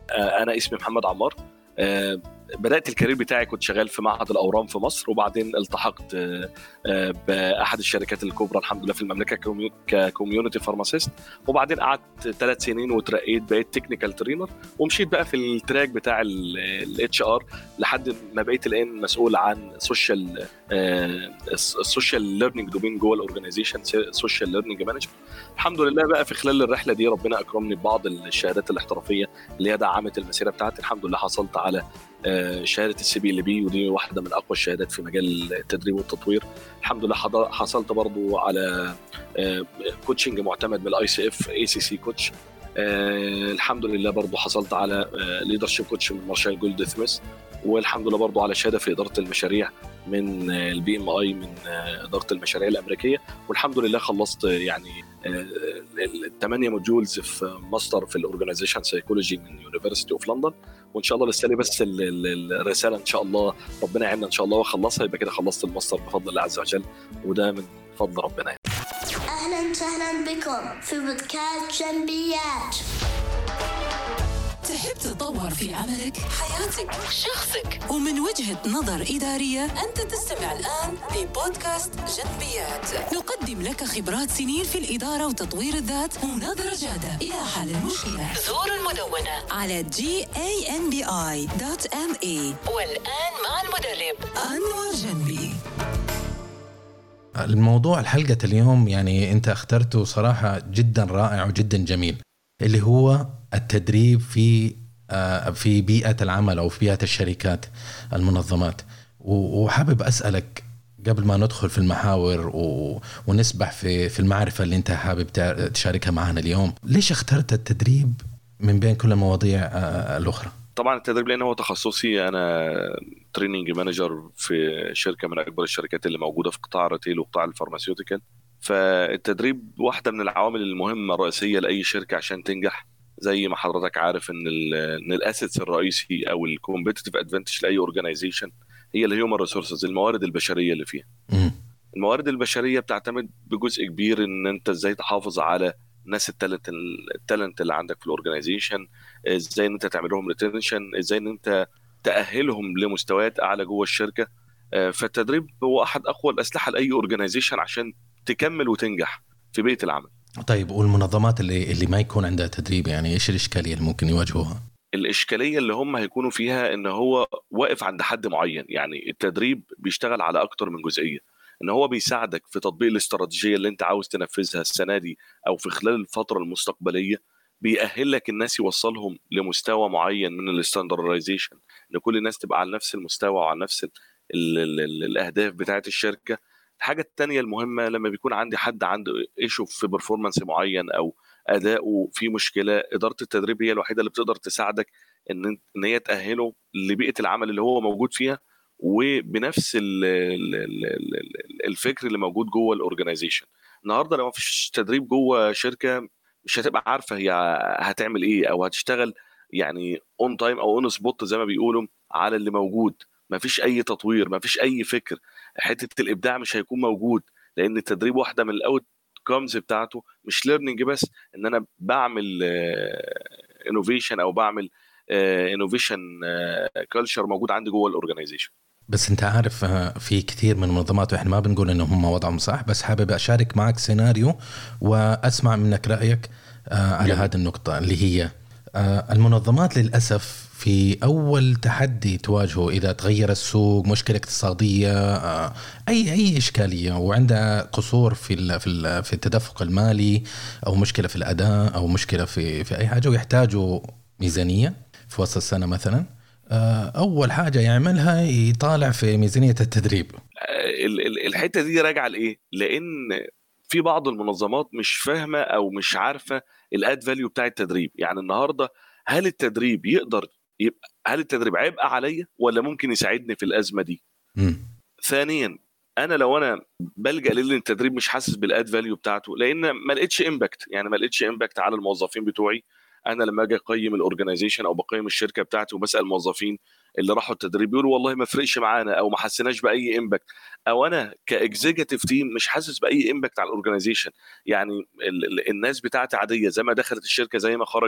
أنا اسمي محمد عمار. بدأت الكارير بتاعي كنت شغال في معهد الأورام في مصر، وبعدين التحقت بأحد الشركات الكبرى الحمد لله في المملكة ككوميونيتي فارماسيست، وبعدين قعدت 3 سنين وترقيت بقيت تكنيكال ترينر، ومشيت بقى في التراك بتاع الاتش ار لحد ما بقيت الآن مسؤول عن السوشيال ليرنينج دومين جوه الاورجنايزيشن، سوشيال ليرنينج مانجمنت. الحمد لله بقى في خلال الرحلة دي ربنا أكرمني ببعض الشهادات الاحترافية اللي هي دعمت المسيرة بتاعتي. الحمد لله حصلت على شهادة الCBLB، ودي واحدة من أقوى الشهادات في مجال التدريب والتطوير. الحمد لله حصلت برضو على كوتشنج معتمد من ICF ACC كوتش. الحمد لله برضو حصلت على ليدرشيب كوتش من مارشال جولد سميث، والحمد لله برضو على شهادة في إدارة المشاريع من الBMI من إدارة المشاريع الأمريكية. والحمد لله خلصت يعني 8 موديولز في ماستر في الأورجانيزيشن سايكولوجي من يونيفرسيتي اوف لندن، وان شاء الله لسه لي بس الرساله ان شاء الله ربنا يعيننا ان شاء الله واخلصها، يبقى كده خلصت الماستر بفضل الله عز وجل، وده من فضل ربنا يعني. اهلا وسهلا بكم في بودكاست جنبيات. تحب تتطور في عملك، حياتك، شخصك، ومن وجهة نظر إدارية؟ أنت تستمع الآن لبودكاست جنبيات. نقدم لك خبرات سنين في الإدارة وتطوير الذات ونظرة جادة إلى حل المشكلة. زور المدونة على gambi.ma. والآن مع المدرب أنور جنبي. الموضوع الحلقة اليوم يعني أنت اخترته صراحة جدا رائع وجدا جميل، اللي هو التدريب في بيئة العمل أو في بيئة الشركات المنظمات. وحابب أسألك قبل ما ندخل في المحاور ونسبح في المعرفة اللي أنت حابب تشاركها معنا اليوم، ليش اخترت التدريب من بين كل المواضيع الأخرى؟ طبعا التدريب لأنه هو تخصصي، أنا تريننج مانجر في شركة من أكبر الشركات اللي موجودة في قطاع الريتيل وقطاع الفارماسيوتيكال. فالتدريب واحدة من العوامل المهمة الرئيسية لأي شركة عشان تنجح. زي ما حضرتك عارف ان الاسيتس الرئيسي او الكومبيتيتيف ادفانتج لاي اورجانيزيشن هي الهيومن ريسورسز، الموارد البشريه اللي فيها. الموارد البشريه بتعتمد بجزء كبير ان انت ازاي تحافظ على ناس التالنت اللي عندك في الاورجانيزيشن، ازاي ان انت تعمل لهم ريتنشن، ازاي ان انت تاهلهم لمستويات اعلى جوه الشركه. فالتدريب هو احد اقوى الاسلحه لاي اورجانيزيشن عشان تكمل وتنجح في بيئه العمل. طيب، والمنظمات اللي ما يكون عندها تدريب، يعني ايش الاشكاليه اللي ممكن يواجهوها؟ الاشكاليه اللي هم هيكونوا فيها ان هو واقف عند حد معين. يعني التدريب بيشتغل على اكتر من جزئيه، ان هو بيساعدك في تطبيق الاستراتيجيه اللي انت عاوز تنفذها السنه دي او في خلال الفتره المستقبليه. بيأهل لك الناس، يوصلهم لمستوى معين من الاستاندردايزيشن، ان كل الناس تبقى على نفس المستوى وعلى نفس الاهداف بتاعه الشركه. الحاجه الثانيه المهمه لما بيكون عندي حد عنده ايشو في بيرفورمانس معين او اداؤه في مشكله، اداره التدريب هي الوحيده اللي بتقدر تساعدك ان هي تاهله لبيئه العمل اللي هو موجود فيها، وبنفس الفكر اللي موجود جوه الاورجانيزيشن. النهارده لو ما فيش تدريب جوه شركه مش هتبقى عارفه هي هتعمل ايه او هتشتغل يعني اون تايم او اون سبوت زي ما بيقولوا على اللي موجود. ما فيش اي تطوير، ما فيش اي فكر، حته الابداع مش هيكون موجود، لان التدريب واحده من الاوت كومز بتاعته مش ليرنينج بس، ان انا بعمل انوفيشن او بعمل انوفيشن كلتشر موجود عندي جوه الاورجانيزيشن. بس انت عارف في كثير من المنظمات، واحنا ما بنقول انهم هم وضعهم صح، بس حابب اشارك معك سيناريو واسمع منك رايك على هذه النقطه، اللي هي المنظمات للاسف في اول تحدي تواجهه اذا تغير السوق، مشكله اقتصاديه، اي اشكاليه، وعندها قصور في التدفق المالي، او مشكله في الاداء، او مشكله في اي حاجه، ويحتاجوا ميزانيه في وسط السنه مثلا، اول حاجه يعملها يطالع في ميزانيه التدريب. الحته دي راجعه لايه؟ لان في بعض المنظمات مش فاهمه او مش عارفه الاد فاليو بتاع التدريب. يعني النهارده هل التدريب يقدر يبقى، هل التدريب عبء عليا ولا ممكن يساعدني في الازمه دي؟ ثانيا، لو انا بلجأ للتدريب مش حاسس بالاد فاليو بتاعته، لان ما لقيتش امباكت، يعني ما لقيتش امباكت على الموظفين بتوعي. انا لما اجي اقيم الاورجانيزيشن او بقيم الشركه بتاعتي وبسال الموظفين اللي راحوا التدريب يقولوا والله ما فرقش معانا او ما حسيناش باي امباكت، او انا كاكزيكتيف تيم مش حاسس باي امباكت على الاورجانيزيشن. يعني الناس بتاعتي عاديه، زي ما دخلت الشركه زي ما خرجت،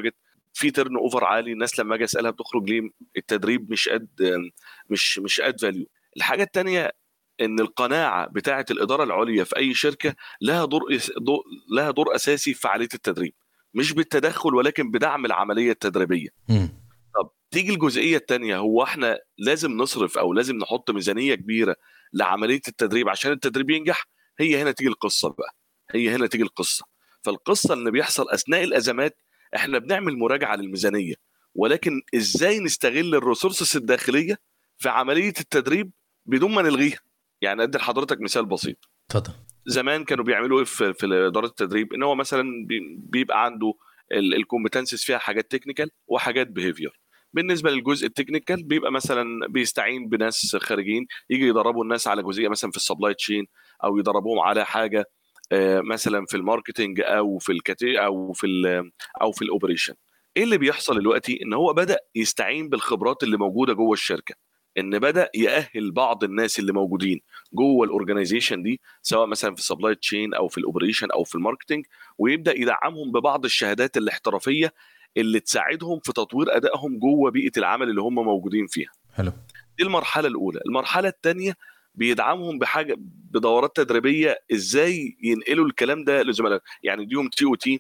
في تيرن اوفر عالي. الناس لما اجي اسالها بتخرج ليه التدريب مش قد فاليو. الحاجه الثانيه ان القناعه بتاعه الاداره العليا في اي شركه لها دور اساسي في عمليه التدريب، مش بالتدخل ولكن بدعم العمليه التدريبيه. طب تيجي الجزئيه الثانيه، هو احنا لازم نصرف او لازم نحط ميزانيه كبيره لعمليه التدريب عشان التدريب ينجح؟ هي هنا تيجي القصه بقى، هي هنا تيجي القصه. فالقصه اللي بيحصل اثناء الازمات احنا بنعمل مراجعه للميزانيه، ولكن ازاي نستغل الريسورسز الداخليه في عمليه التدريب بدون ما نلغيها. يعني ادي لحضرتك مثال بسيط. اتفضل. زمان كانوا بيعملوا ايه في اداره التدريب؟ ان هو مثلا بيبقى عنده الكومبتنسز فيها حاجات تكنيكال وحاجات بيهيفير. بالنسبه للجزء التكنيكال بيبقى مثلا بيستعين بناس خارجين يجي يدربوا الناس على جزئيه مثلا في السبلاي تشين، او يدربوهم على حاجه مثلا في الماركتنج او في او في الاوبريشن. ايه اللي بيحصل دلوقتي؟ ان هو بدا يستعين بالخبرات اللي موجوده جوه الشركه، ان بدا يأهل بعض الناس اللي موجودين جوه الاورجنايزيشن دي، سواء مثلا في السبلاي تشين او في الاوبريشن او في الماركتنج، ويبدا يدعمهم ببعض الشهادات الاحترافيه اللي تساعدهم في تطوير ادائهم جوه بيئه العمل اللي هم موجودين فيها. حلو. دي المرحله الاولى. المرحله الثانيه بيدعمهم بحاجه بدورات تدريبيه ازاي ينقلوا الكلام ده لزملائهم، يعني ديهم TOT،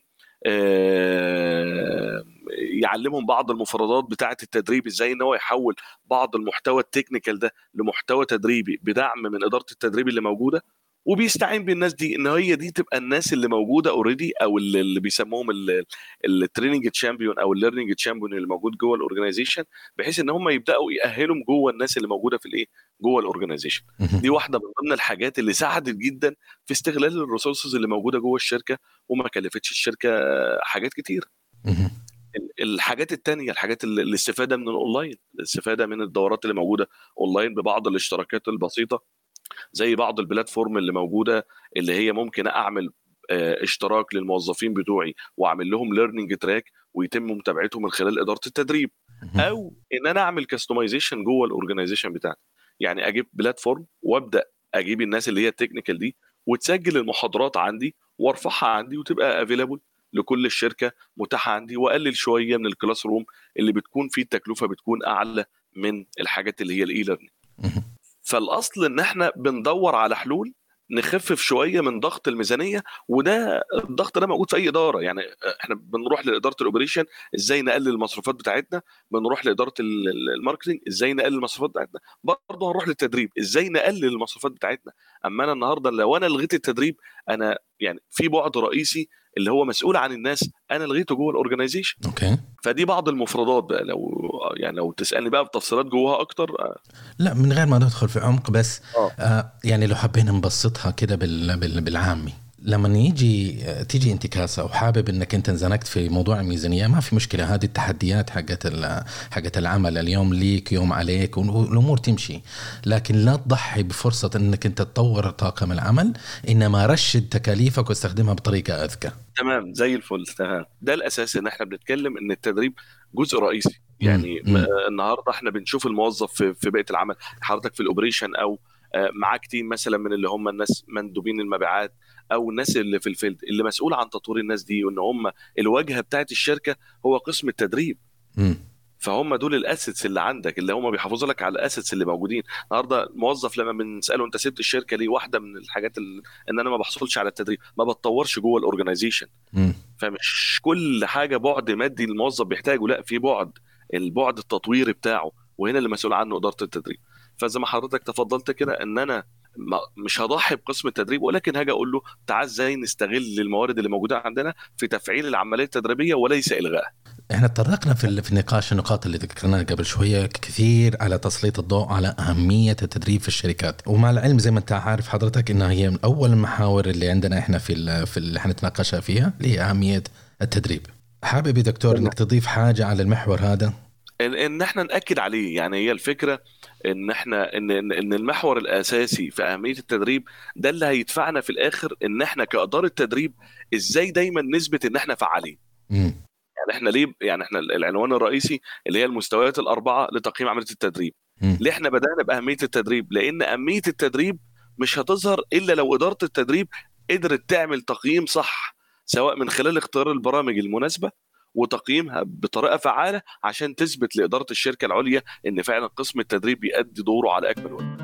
يعلمهم بعض المفردات بتاعه التدريب، ازاي ان هو يحول بعض المحتوى التكنيكال ده لمحتوى تدريبي بدعم من اداره التدريب اللي موجوده. وبيستعين بالناس دي ان هي دي تبقى الناس اللي موجوده اوريدي، او اللي بيسموهم التريننج تشامبيون او الليرنينج تشامبيون اللي موجود جوه الاورجنايزيشن، بحيث ان هم يبداوا يأهلهم جوه الناس اللي موجوده في الايه جوه الاورجنايزيشن. دي واحده من ضمن الحاجات اللي ساعدت جدا في استغلال الريسورسز اللي موجوده جوه الشركه، وما كلفتش الشركه حاجات كتير. الحاجات التانية، الحاجات الاستفادة من الأونلاين، الاستفادة من الدورات اللي موجودة أونلاين ببعض الاشتراكات البسيطة، زي بعض البلاتفورم اللي موجودة اللي هي ممكن أعمل اشتراك للموظفين بتوعي وأعمل لهم ليرنينج تراك ويتم متابعتهم من خلال إدارة التدريب، أو إن أنا أعمل كاستمايزيشن جوه الأورجنايزيشن بتاعتي. يعني أجيب بلاتفورم وأبدأ أجيب الناس اللي هي التكنيكال دي وتسجل المحاضرات عندي وارفعها عندي وتبقى افيلابل لكل الشركه متاحه عندي، واقلل شويه من الكلاس روم اللي بتكون فيه التكلفه بتكون اعلى من الحاجات اللي هي الاي ليرنينج. فالاصل ان احنا بندور على حلول نخفف شويه من ضغط الميزانيه، وده الضغط ده موجود في اي اداره. يعني احنا بنروح لاداره الاوبريشن ازاي نقلل المصروفات بتاعتنا، بنروح لاداره الماركتنج ازاي نقلل المصروفات بتاعتنا، برضه هنروح للتدريب ازاي نقلل المصروفات بتاعتنا. اما انا النهارده لو انا لغيت التدريب، انا يعني في بعد رئيسي اللي هو مسؤول عن الناس انا لغيته جوه الاورجنايزيشن. اوكي. فدي بعض المفردات بقى، لو تسالني بقى بتفصيلات جواها اكتر. لا من غير ما ندخل في عمق، بس يعني لو حبينا نبسطها كده بالعامي، لما تيجي انتكاسة وحابب انك انت انزنقت في موضوع الميزانية، ما في مشكلة، هذه التحديات حقت العمل، اليوم ليك يوم عليك والامور تمشي، لكن لا تضحي بفرصة انك انت تطور طاقم العمل، انما رشد تكاليفك واستخدمها بطريقة اذكى. تمام زي الفل. تمام، ده الاساس ان احنا بنتكلم ان التدريب جزء رئيسي. يعني النهارده احنا بنشوف الموظف في بيئة العمل، حضرتك في الاوبريشن او معاك تيم مثلا من اللي هم الناس مندوبين المبيعات او الناس اللي في الفيلد اللي مسؤول عن تطوير الناس دي، وان هم الواجهه بتاعت الشركه هو قسم التدريب. فهم دول الاسيتس اللي عندك، اللي هم بيحافظوا لك على الاسيتس اللي موجودين. النهارده الموظف لما بنساله انت سبت الشركه ليه، واحده من الحاجات ان انا ما بحصلش على التدريب، ما بتطورش جوه الاورجنايزيشن. فمش كل حاجه بعد مادي الموظف بيحتاجه، لا في البعد التطويري بتاعه، وهنا اللي مسؤول عنه اداره التدريب. فزي ما حضرتك تفضلت كده ان انا مش هضحي بقسم التدريب، ولكن هاجي اقول له تعال ازاي نستغل الموارد اللي موجوده عندنا في تفعيل العمليه التدريبيه وليس الغائها. احنا تطرقنا في النقاش النقاط اللي ذكرناها قبل شويه كثير على تسليط الضوء على اهميه التدريب في الشركات، ومع العلم زي ما انت عارف حضرتك انها هي من اول المحاور اللي عندنا احنا في اللي حنتناقشها فيها اللي هي اهميه التدريب. حابب يا دكتور انك تضيف حاجه على المحور هذا؟ ان احنا ناكد عليه. يعني هي الفكره ان احنا ان المحور الاساسي في اهميه التدريب ده اللي هيدفعنا في الاخر ان احنا كاداره تدريب ازاي دايما نثبت ان احنا فعالين. يعني احنا ليه، يعني احنا العنوان الرئيسي اللي هي المستويات الاربعه لتقييم عمليه التدريب. ليه احنا بدانا باهميه التدريب؟ لان اهميه التدريب مش هتظهر الا لو اداره التدريب قدرت تعمل تقييم صح، سواء من خلال اختيار البرامج المناسبه وتقييمها بطريقه فعاله عشان تثبت لاداره الشركه العليا ان فعلا قسم التدريب بيؤدي دوره على اكمل وجه.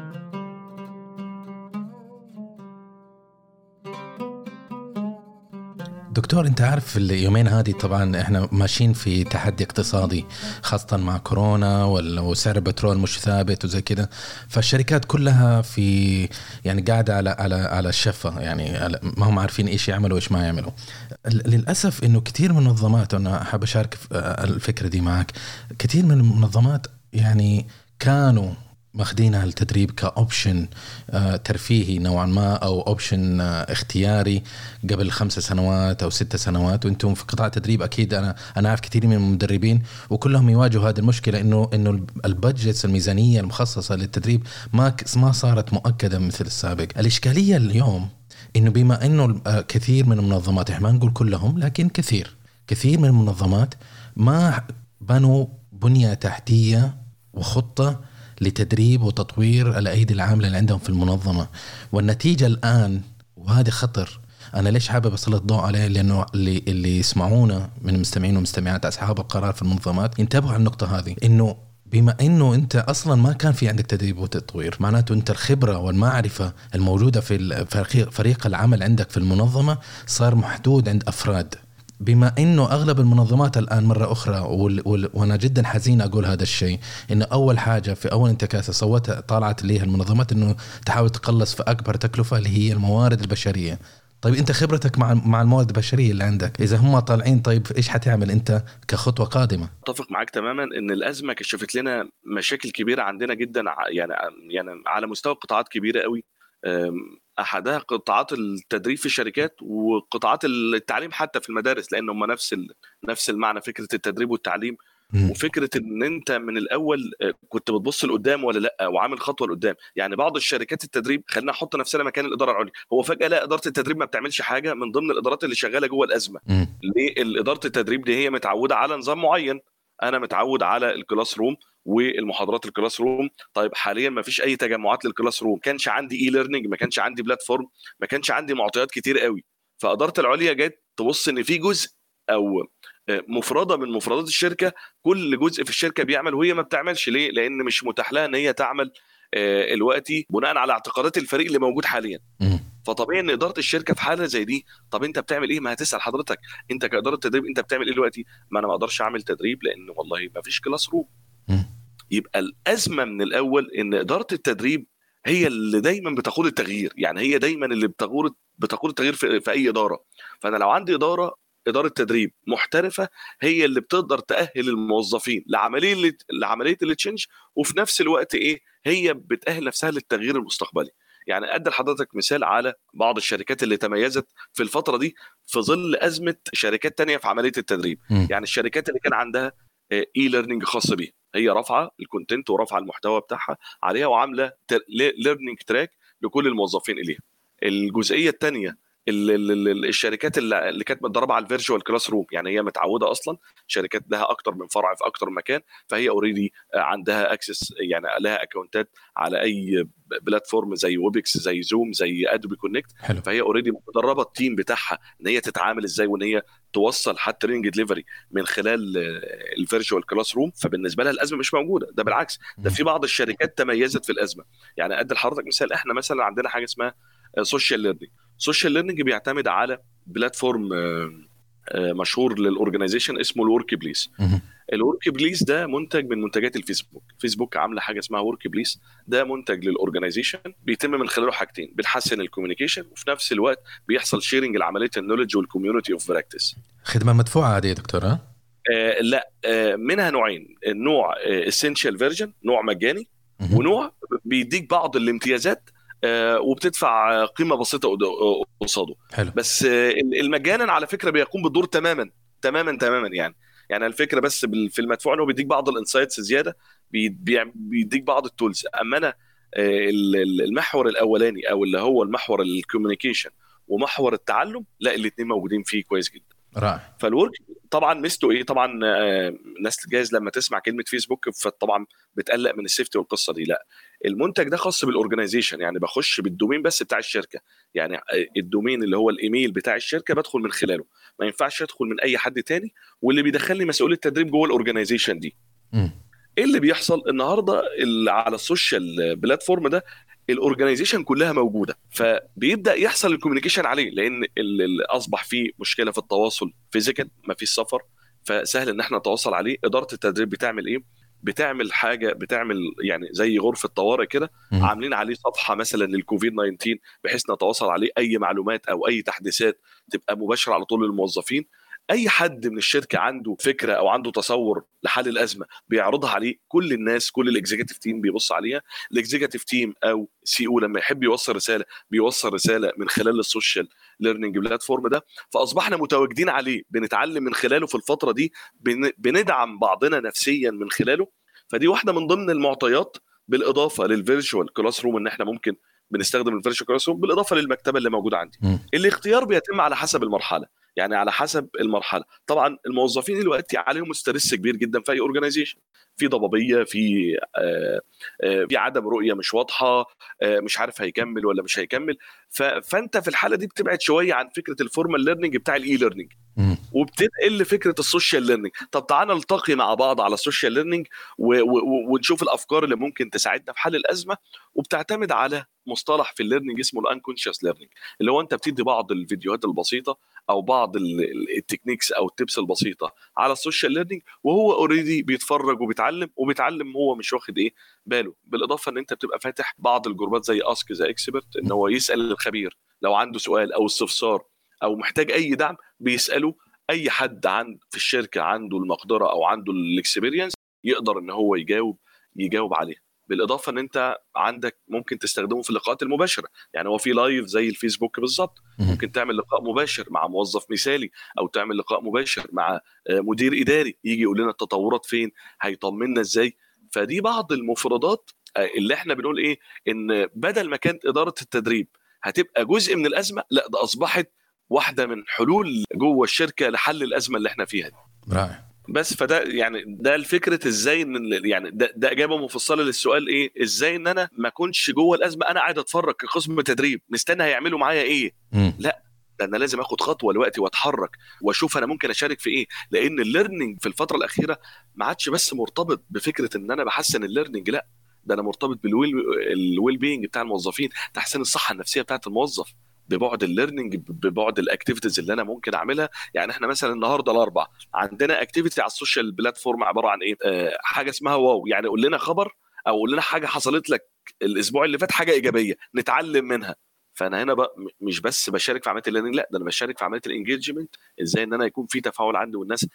دكتور، انت عارف اليومين هذه طبعا احنا ماشيين في تحدي اقتصادي، خاصة مع كورونا وسعر البترول مش ثابت وزي كده، فالشركات كلها في يعني قاعدة على الشفة، يعني ما هم عارفين ايش يعملوا وايش ما يعملوا. للأسف انه كثير من المنظمات، وانا حاب اشارك الفكرة دي معك، كثير من المنظمات يعني كانوا ماخدينها التدريب كأوبشن ترفيهي نوعا ما، أو أوبشن اختياري قبل 5 سنوات أو 6 سنوات. وأنتم في قطاع التدريب أكيد أنا أعرف كثير من المدربين وكلهم يواجهوا هذه المشكلة، إنه البادجت الميزانية المخصصة للتدريب ما صارت مؤكدة مثل السابق. الإشكالية اليوم إنه بما إنه كثير من المنظمات، إحنا ما نقول كلهم لكن كثير من المنظمات ما بنوا بنية تحتية وخطة لتدريب وتطوير الأيدي العاملة اللي عندهم في المنظمة. والنتيجة الآن، وهذا خطر، أنا ليش حابب أسلط الضوء عليه؟ لأنه اللي يسمعونا من المستمعين والمستمعات أصحاب القرار في المنظمات ينتبهوا على النقطة هذه، إنه بما إنه أنت أصلا ما كان في عندك تدريب وتطوير، معناته أنت الخبرة والمعرفة الموجودة في فريق العمل عندك في المنظمة صار محدود عند أفراد. بما إنه أغلب المنظمات الآن مرة أخرى، وأنا جدا حزين أقول هذا الشيء، إنه أول حاجة في أول انتكاسة طالعت ليها المنظمات إنه تحاول تقلص في أكبر تكلفة اللي هي الموارد البشرية. طيب أنت خبرتك مع الموارد البشرية اللي عندك، إذا هم طالعين، طيب إيش حتعمل أنت كخطوة قادمة؟ اتفق معاك تماما ان الازمه كشفت لنا مشاكل كبيره عندنا جدا، يعني على مستوى قطاعات كبيره قوي. احدها قطاعات التدريب في الشركات وقطاعات التعليم حتى في المدارس، لان هم نفس المعنى، فكره التدريب والتعليم. وفكره ان انت من الاول كنت بتبص لقدام ولا لا، وعامل خطوه لقدام. يعني بعض الشركات التدريب، خلينا نحط نفسنا مكان الاداره العليا، هو فجاه لا، اداره التدريب ما بتعملش حاجه من ضمن الادارات اللي شغاله جوه الازمه. ليه؟ اداره التدريب دي هي متعوده على نظام معين، انا متعود على الكلاس روم والمحاضرات الكلاس روم. طيب حاليا ما فيش اي تجمعات للكلاس روم، كانش عندي اي ليرنينج، ما كانش عندي بلاتفورم، ما كانش عندي معطيات كتير قوي. فاداره العليا جت تبص ان في جزء او مفرده من مفردات الشركه، كل جزء في الشركه بيعمل وهي ما بتعملش. ليه؟ لان مش متاح لها ان هي تعمل الوقتي بناء على اعتقادات الفريق اللي موجود حاليا. فطبيعي ان اداره الشركه في حاله زي دي، طب انت بتعمل ايه؟ ما هتسال حضرتك انت كاداره تدريب انت بتعمل ايه دلوقتي؟ ما انا ما اقدرش اعمل تدريب لان والله ما فيش كلاس روم. يبقى الازمه من الاول ان اداره التدريب هي اللي دايما بتقود التغيير، يعني هي دايما اللي بتقود التغيير في اي اداره. فانا لو عندي اداره تدريب محترفه، هي اللي بتقدر تاهل الموظفين لعمليه التشنج، وفي نفس الوقت هي بتاهل نفسها للتغيير المستقبلي. يعني ادي لحضرتك مثال على بعض الشركات اللي تميزت في الفتره دي في ظل ازمه شركات تانية في عمليه التدريب. يعني الشركات اللي كان عندها اي ليرنينج خاص بيها، هي رافعه الكونتنت ورافعه المحتوى بتاعها عليها وعامله ليرنينج تراك لكل الموظفين اليها. الجزئيه الثانيه الشركات اللي كانت متدربه على الفيرتشوال كلاس روم، يعني هي متعوده اصلا، شركات لها اكتر من فرع في اكتر من مكان، فهي اوريدي عندها اكسس، يعني لها اكونتات على اي بلاتفورم زي ويبكس زي زوم زي ادوبي كونكت. فهي اوريدي مدربه التيم بتاعها ان هي تتعامل ازاي وان هي توصل حتى تريننج ديليفري من خلال الفيرتشوال كلاس روم. فبالنسبه لها الازمه مش موجوده، ده بالعكس، ده في بعض الشركات تميزت في الازمه. يعني ادي لحضرتك مثال، احنا مثلا عندنا حاجه اسمها سوشيال ليرنينج. سوشيال ليرنينج بيعتمد على بلاتفورم مشهور للاورجنايزيشن اسمه الورك بليس. الورك بليس ده منتج من منتجات الفيسبوك. فيسبوك عامله حاجه اسمها ورك بليس، ده منتج للاورجنايزيشن بيتم من خلاله حاجتين، بنحسن الكوميونيكيشن وفي نفس الوقت بيحصل شيرنج لعمليه النولج والكوميونتي اوف براكتس. خدمه مدفوعه هذه يا دكتور؟ لا، منها نوعين، النوع اسينشال فيرجن، نوع مجاني، ونوع بيديك بعض الامتيازات وبتدفع قيمه بسيطه قصاده. بس المجانا على فكره بيقوم بالدور تماما. يعني الفكره بس في المدفوع انه بيديك بعض الانسايتس زياده، بيديك بعض التولز. اما انا المحور الاولاني او اللي هو المحور الكوميونيكيشن ومحور التعلم، لا الاثنين موجودين فيه كويس جدا. رائع. فالورك طبعا ميزته ايه؟ طبعا الناس جايز لما تسمع كلمه فيسبوك فطبعا بتقلق من السيفتي والقصه دي. لا، المنتج ده خاص بالاورجنايزيشن، يعني بخش بالدومين بس بتاع الشركه، يعني الدومين اللي هو الايميل بتاع الشركه بدخل من خلاله، ما ينفعش ادخل من اي حد تاني، واللي بيدخلني مسؤول التدريب جوه الاورجنايزيشن دي. ايه اللي بيحصل النهارده على السوشيال بلاتفورم ده؟ الاورجنايزيشن كلها موجوده، فبيبدا يحصل الكوميونيكيشن عليه، لان اللي اصبح فيه مشكله في التواصل فيزيكال، ما فيش سفر، فسهل ان احنا نتواصل عليه. اداره التدريب بتعمل ايه؟ بتعمل حاجه، بتعمل يعني زي غرفه طوارئ كده، عاملين عليه صفحه مثلا للكوفيد 19 بحيث نتواصل عليه اي معلومات او اي تحديثات تبقى مباشره على طول للموظفين. اي حد من الشركه عنده فكره او عنده تصور لحل الازمه بيعرضها عليه، كل الناس، كل الاكزيكتيف تيم بيبص عليها. الاكزيكتيف تيم او سي او لما يحب يوصل رساله بيوصل رساله من خلال السوشيال ليرنينج بلاتفورم ده، فاصبحنا متواجدين عليه، بنتعلم من خلاله في الفتره دي، بندعم بعضنا نفسيا من خلاله. فدي واحده من ضمن المعطيات، بالاضافه للفيرتشوال كلاس روم، ان احنا ممكن بنستخدم الفيرتشوال كلاس روم بالاضافه للمكتبه اللي موجوده عندي. الاختيار بيتم على حسب المرحله، يعني على حسب المرحله. طبعا الموظفين دلوقتي عليهم ستريس كبير جدا في اي اورجانيزيشن، في ضبابيه، في عدم رؤيه مش واضحه، مش عارف هيكمل ولا مش هيكمل. فانت في الحاله دي بتبعد شويه عن فكره الفورمال ليرنينج بتاع الاي ليرنينج، وبتنقل لفكره السوشيال ليرنينج. طب تعالى نلتقي مع بعض على السوشيال ليرنينج ونشوف الافكار اللي ممكن تساعدنا في حل الازمه. وبتعتمد على مصطلح في الليرنينج اسمه الانكونشس ليرنينج، اللي هو انت بتدي بعض الفيديوهات البسيطه او بعض التكنيكس او التبس البسيطه على السوشيال ليرنينج، وهو اوريدي بيتفرج وبيتعلم هو مش واخد ايه باله. بالاضافه ان انت بتبقى فاتح بعض الجروبات زي اسك ذا اكسبرت، ان هو يسال الخبير لو عنده سؤال او استفسار او محتاج اي دعم، بيساله اي حد في الشركه عنده المقدره او عنده الاكسبيرينس، يقدر ان هو يجاوب عليه. بالاضافه ان انت عندك ممكن تستخدمه في اللقاءات المباشره، يعني هو في لايف زي الفيسبوك بالظبط، ممكن تعمل لقاء مباشر مع موظف مثالي، او تعمل لقاء مباشر مع مدير اداري يجي يقول لنا التطورات فين، هيطمنا ازاي. فدي بعض المفردات اللي احنا بنقول ايه، ان بدل ما كانت اداره التدريب هتبقى جزء من الازمه، لا ده اصبحت واحده من حلول جوه الشركه لحل الازمه اللي احنا فيها دي. رائع. بس فده يعني ده الفكره ازاي ان يعني ده اجابه مفصله للسؤال ايه، ازاي ان انا ما اكونش جوه الازمه انا قاعد اتفرج كقسم تدريب مستني هيعملوا معايا ايه. لا، ده انا لازم اخد خطوه لوقتي واتحرك واشوف انا ممكن اشارك في ايه. لان الليرنينج في الفتره الاخيره ما عادش بس مرتبط بفكره ان انا بحسن الليرنينج، لا ده انا مرتبط بالويل بينج بتاع الموظفين، تحسين الصحه النفسيه بتاعه الموظف، ببعد الليرنينج، ببعد الاكتيفيتيز اللي انا ممكن اعملها. يعني احنا مثلا النهارده الاربعاء عندنا اكتيفيتي على السوشيال بلاتفورم عباره عن ايه، حاجه اسمها واو، يعني قول لنا خبر او قول لنا حاجه حصلت لك الاسبوع اللي فات، حاجه ايجابيه نتعلم منها. فانا هنا بقى مش بس بشارك في عمليه الليرنينج، لا ده انا بشارك في عمليه الانجيجمنت، ازاي ان انا يكون في تفاعل عندي والناس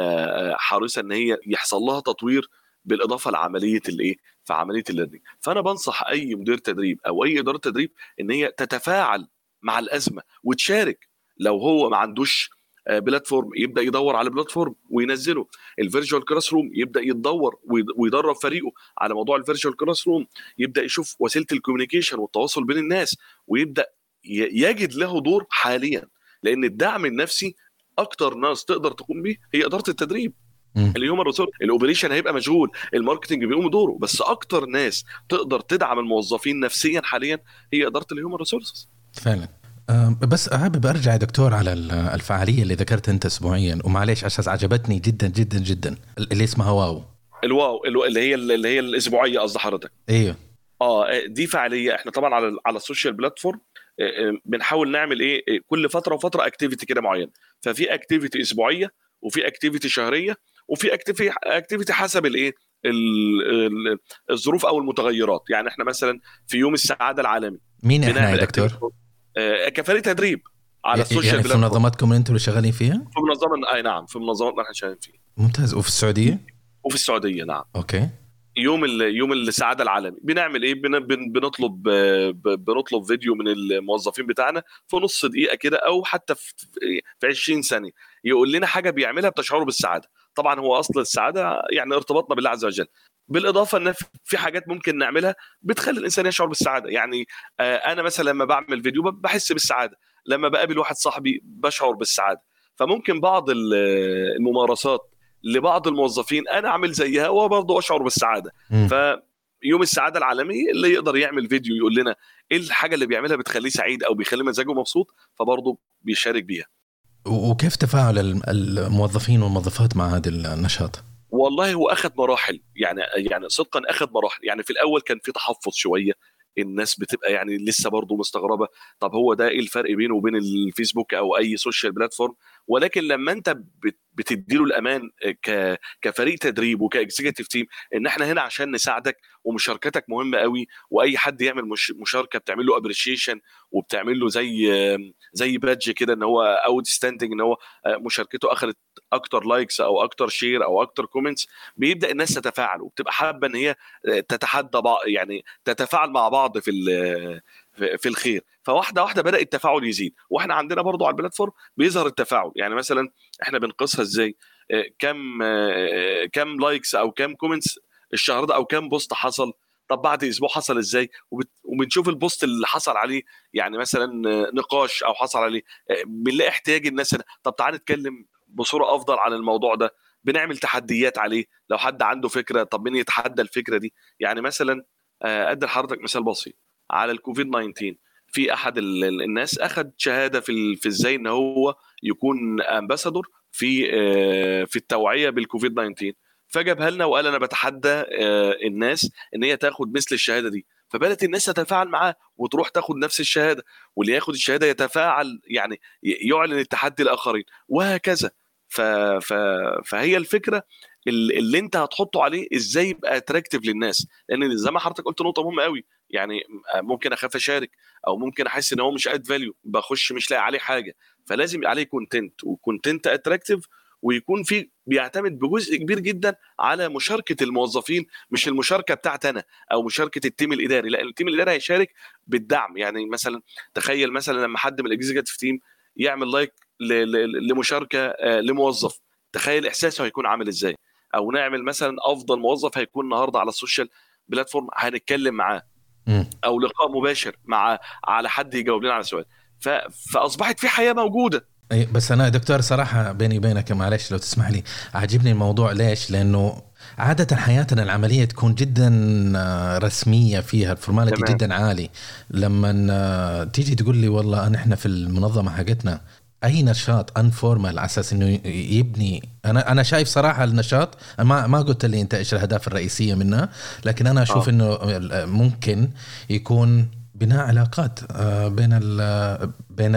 حريصه ان هي يحصل لها تطوير، بالاضافه لعمليه الايه، في عمليه الليرنينج. فانا بنصح اي مدير تدريب او اي اداره تدريب ان هي تتفاعل مع الازمه وتشارك. لو هو ما عندوش بلاتفورم يبدا يدور على بلاتفورم وينزله. الفيرتشوال كلاس روم يبدا يتدور ويدرب فريقه على موضوع الفيرتشوال كلاس روم، يبدا يشوف وسيله الكوميونيكيشن والتواصل بين الناس، ويبدا يجد له دور حاليا. لان الدعم النفسي اكتر ناس تقدر تقوم به هي اداره التدريب. الهيومن ريسورس، الاوبريشن هيبقى مشغول، الماركتنج بيقوم دوره، بس اكتر ناس تقدر تدعم الموظفين نفسيا حاليا هي اداره الهيومن ريسورسز. فعلا. بس حابب ارجع يا دكتور على الفعاليه اللي ذكرت انت اسبوعيا، ومعليش اساس عجبتني جدا جدا جدا، اللي اسمها واو. الواو اللي هي الاسبوعيه قصد حضرتك؟ ايوه. دي فعاليه احنا طبعا على السوشيال بلاتفورم بنحاول نعمل ايه، كل فتره وفتره اكتيفيتي كده معين. ففي اكتيفيتي اسبوعيه، وفي اكتيفيتي شهريه، وفي اكتيفيتي حسب الايه الظروف او المتغيرات. يعني احنا مثلا في يوم السعاده العالمي، مين احنا يا دكتور؟ كفريق تدريب على السوشيال يعني في منظماتكم انتم اللي شغالين فيها؟ في منظمه، اي نعم، في منظماتنا احنا شغالين فيها. ممتاز. وفي السعوديه؟ وفي السعوديه نعم. اوكي. يوم السعاده العالمي بنعمل ايه، بنطلب فيديو من الموظفين بتاعنا في نص دقيقه كده، او حتى في 20 ثانيه، يقول لنا حاجه بيعملها بتشعره بالسعاده. طبعا هو اصل السعاده يعني ارتباطنا بالله عز وجل، بالاضافه ان في حاجات ممكن نعملها بتخلي الانسان يشعر بالسعاده. يعني انا مثلا لما بعمل فيديو بحس بالسعاده، لما بقابل واحد صاحبي بشعر بالسعاده. فممكن بعض الممارسات لبعض الموظفين انا اعمل زيها وبرضه اشعر بالسعاده. يوم السعاده العالمي اللي يقدر يعمل فيديو يقول لنا ايه الحاجه اللي بيعملها بتخليه سعيد او بيخليه مزاجه مبسوط، فبرضه بيشارك بيها. وكيف تفاعل الموظفين والموظفات مع هذا النشاط؟ والله هو اخذ مراحل، يعني صدقا اخذ مراحل. يعني في الاول كان في تحفظ شويه، الناس بتبقى يعني لسه برضه مستغربه، طب هو ده ايه الفرق بينه وبين الفيسبوك او اي سوشيال بلاتفورم؟ ولكن لما انت بتديله الامان كفريق تدريب وكاكزيكتيف تيم، ان احنا هنا عشان نساعدك ومشاركتك مهمه قوي، واي حد يعمل مشاركه بتعمل له ابريشيشن وبتعمل له زي بادج كده ان هو اوت ستاندنج، ان هو مشاركته اخذت اكتر لايكس او اكتر شير او اكتر كومنتس، بيبدا الناس تتفاعل وبتبقى حابه ان هي تتحدى بعض، يعني تتفاعل مع بعض في الخير. فواحده واحده بدا التفاعل يزيد، واحنا عندنا برضو على البلاتفورم بيظهر التفاعل. يعني مثلا احنا بنقيسها ازاي؟ كم لايكس او كم كومنتس الشهر ده، او كم بوست حصل، طب بعد اسبوع حصل ازاي، وبنشوف البوست اللي حصل عليه يعني مثلا نقاش او حصل عليه، بنلاقي احتياج الناس. طب تعال نتكلم بصوره افضل عن الموضوع ده، بنعمل تحديات عليه، لو حد عنده فكره طب مين يتحدى الفكره دي. يعني مثلا ادي لحضرتك مثال بسيط على الكوفيد 19. في احد الناس اخذ شهاده في ازاي ان هو يكون امباسادور في التوعيه بالكوفيد 19، فجابها لنا وقال انا بتحدى الناس ان هي تاخد مثل الشهاده دي. فبدات الناس تتفاعل معاه وتروح تاخد نفس الشهاده، واللي ياخد الشهاده يتفاعل، يعني يعلن التحدي الاخرين وهكذا. فهي الفكره اللي انت هتحطه عليه ازاي يبقى اتراكتيف للناس، لان زي ما حضرتك قلت نقطه مهمه قوي. يعني ممكن اخاف اشارك، او ممكن احس ان هو مش اد فاليو، بخش مش لاقي عليه حاجه. فلازم يبقى عليه كونتنت، وكونتنت اتراكتيف، ويكون في بيعتمد بجزء كبير جدا على مشاركه الموظفين، مش المشاركه بتاعت انا او مشاركه التيم الاداري. لا، التيم الاداري هيشارك بالدعم. يعني مثلا تخيل مثلا لما حد من الاكزيكتيف تيم يعمل لايك لمشاركه لموظف، تخيل احساسه هيكون عامل ازاي. او نعمل مثلا افضل موظف هيكون النهارده على السوشيال بلاتفورم هنتكلم معاه، او لقاء مباشر مع على حد يجاوب لنا على سؤال. فاصبحت في حياه موجوده. بس انا دكتور صراحه بيني وبينك معلش لو تسمح لي، عاجبني الموضوع. ليش؟ لانه عاده حياتنا العمليه تكون جدا رسميه، فيها الفورماليتي جدا عالي. لما تيجي تقول لي والله احنا في المنظمه حقتنا اي نشاط انفورمال على اساس انه يبني، انا شايف صراحه النشاط، ما قلت لي انت ايش الاهداف الرئيسيه منه، لكن انا اشوف انه ممكن يكون بناء علاقات بين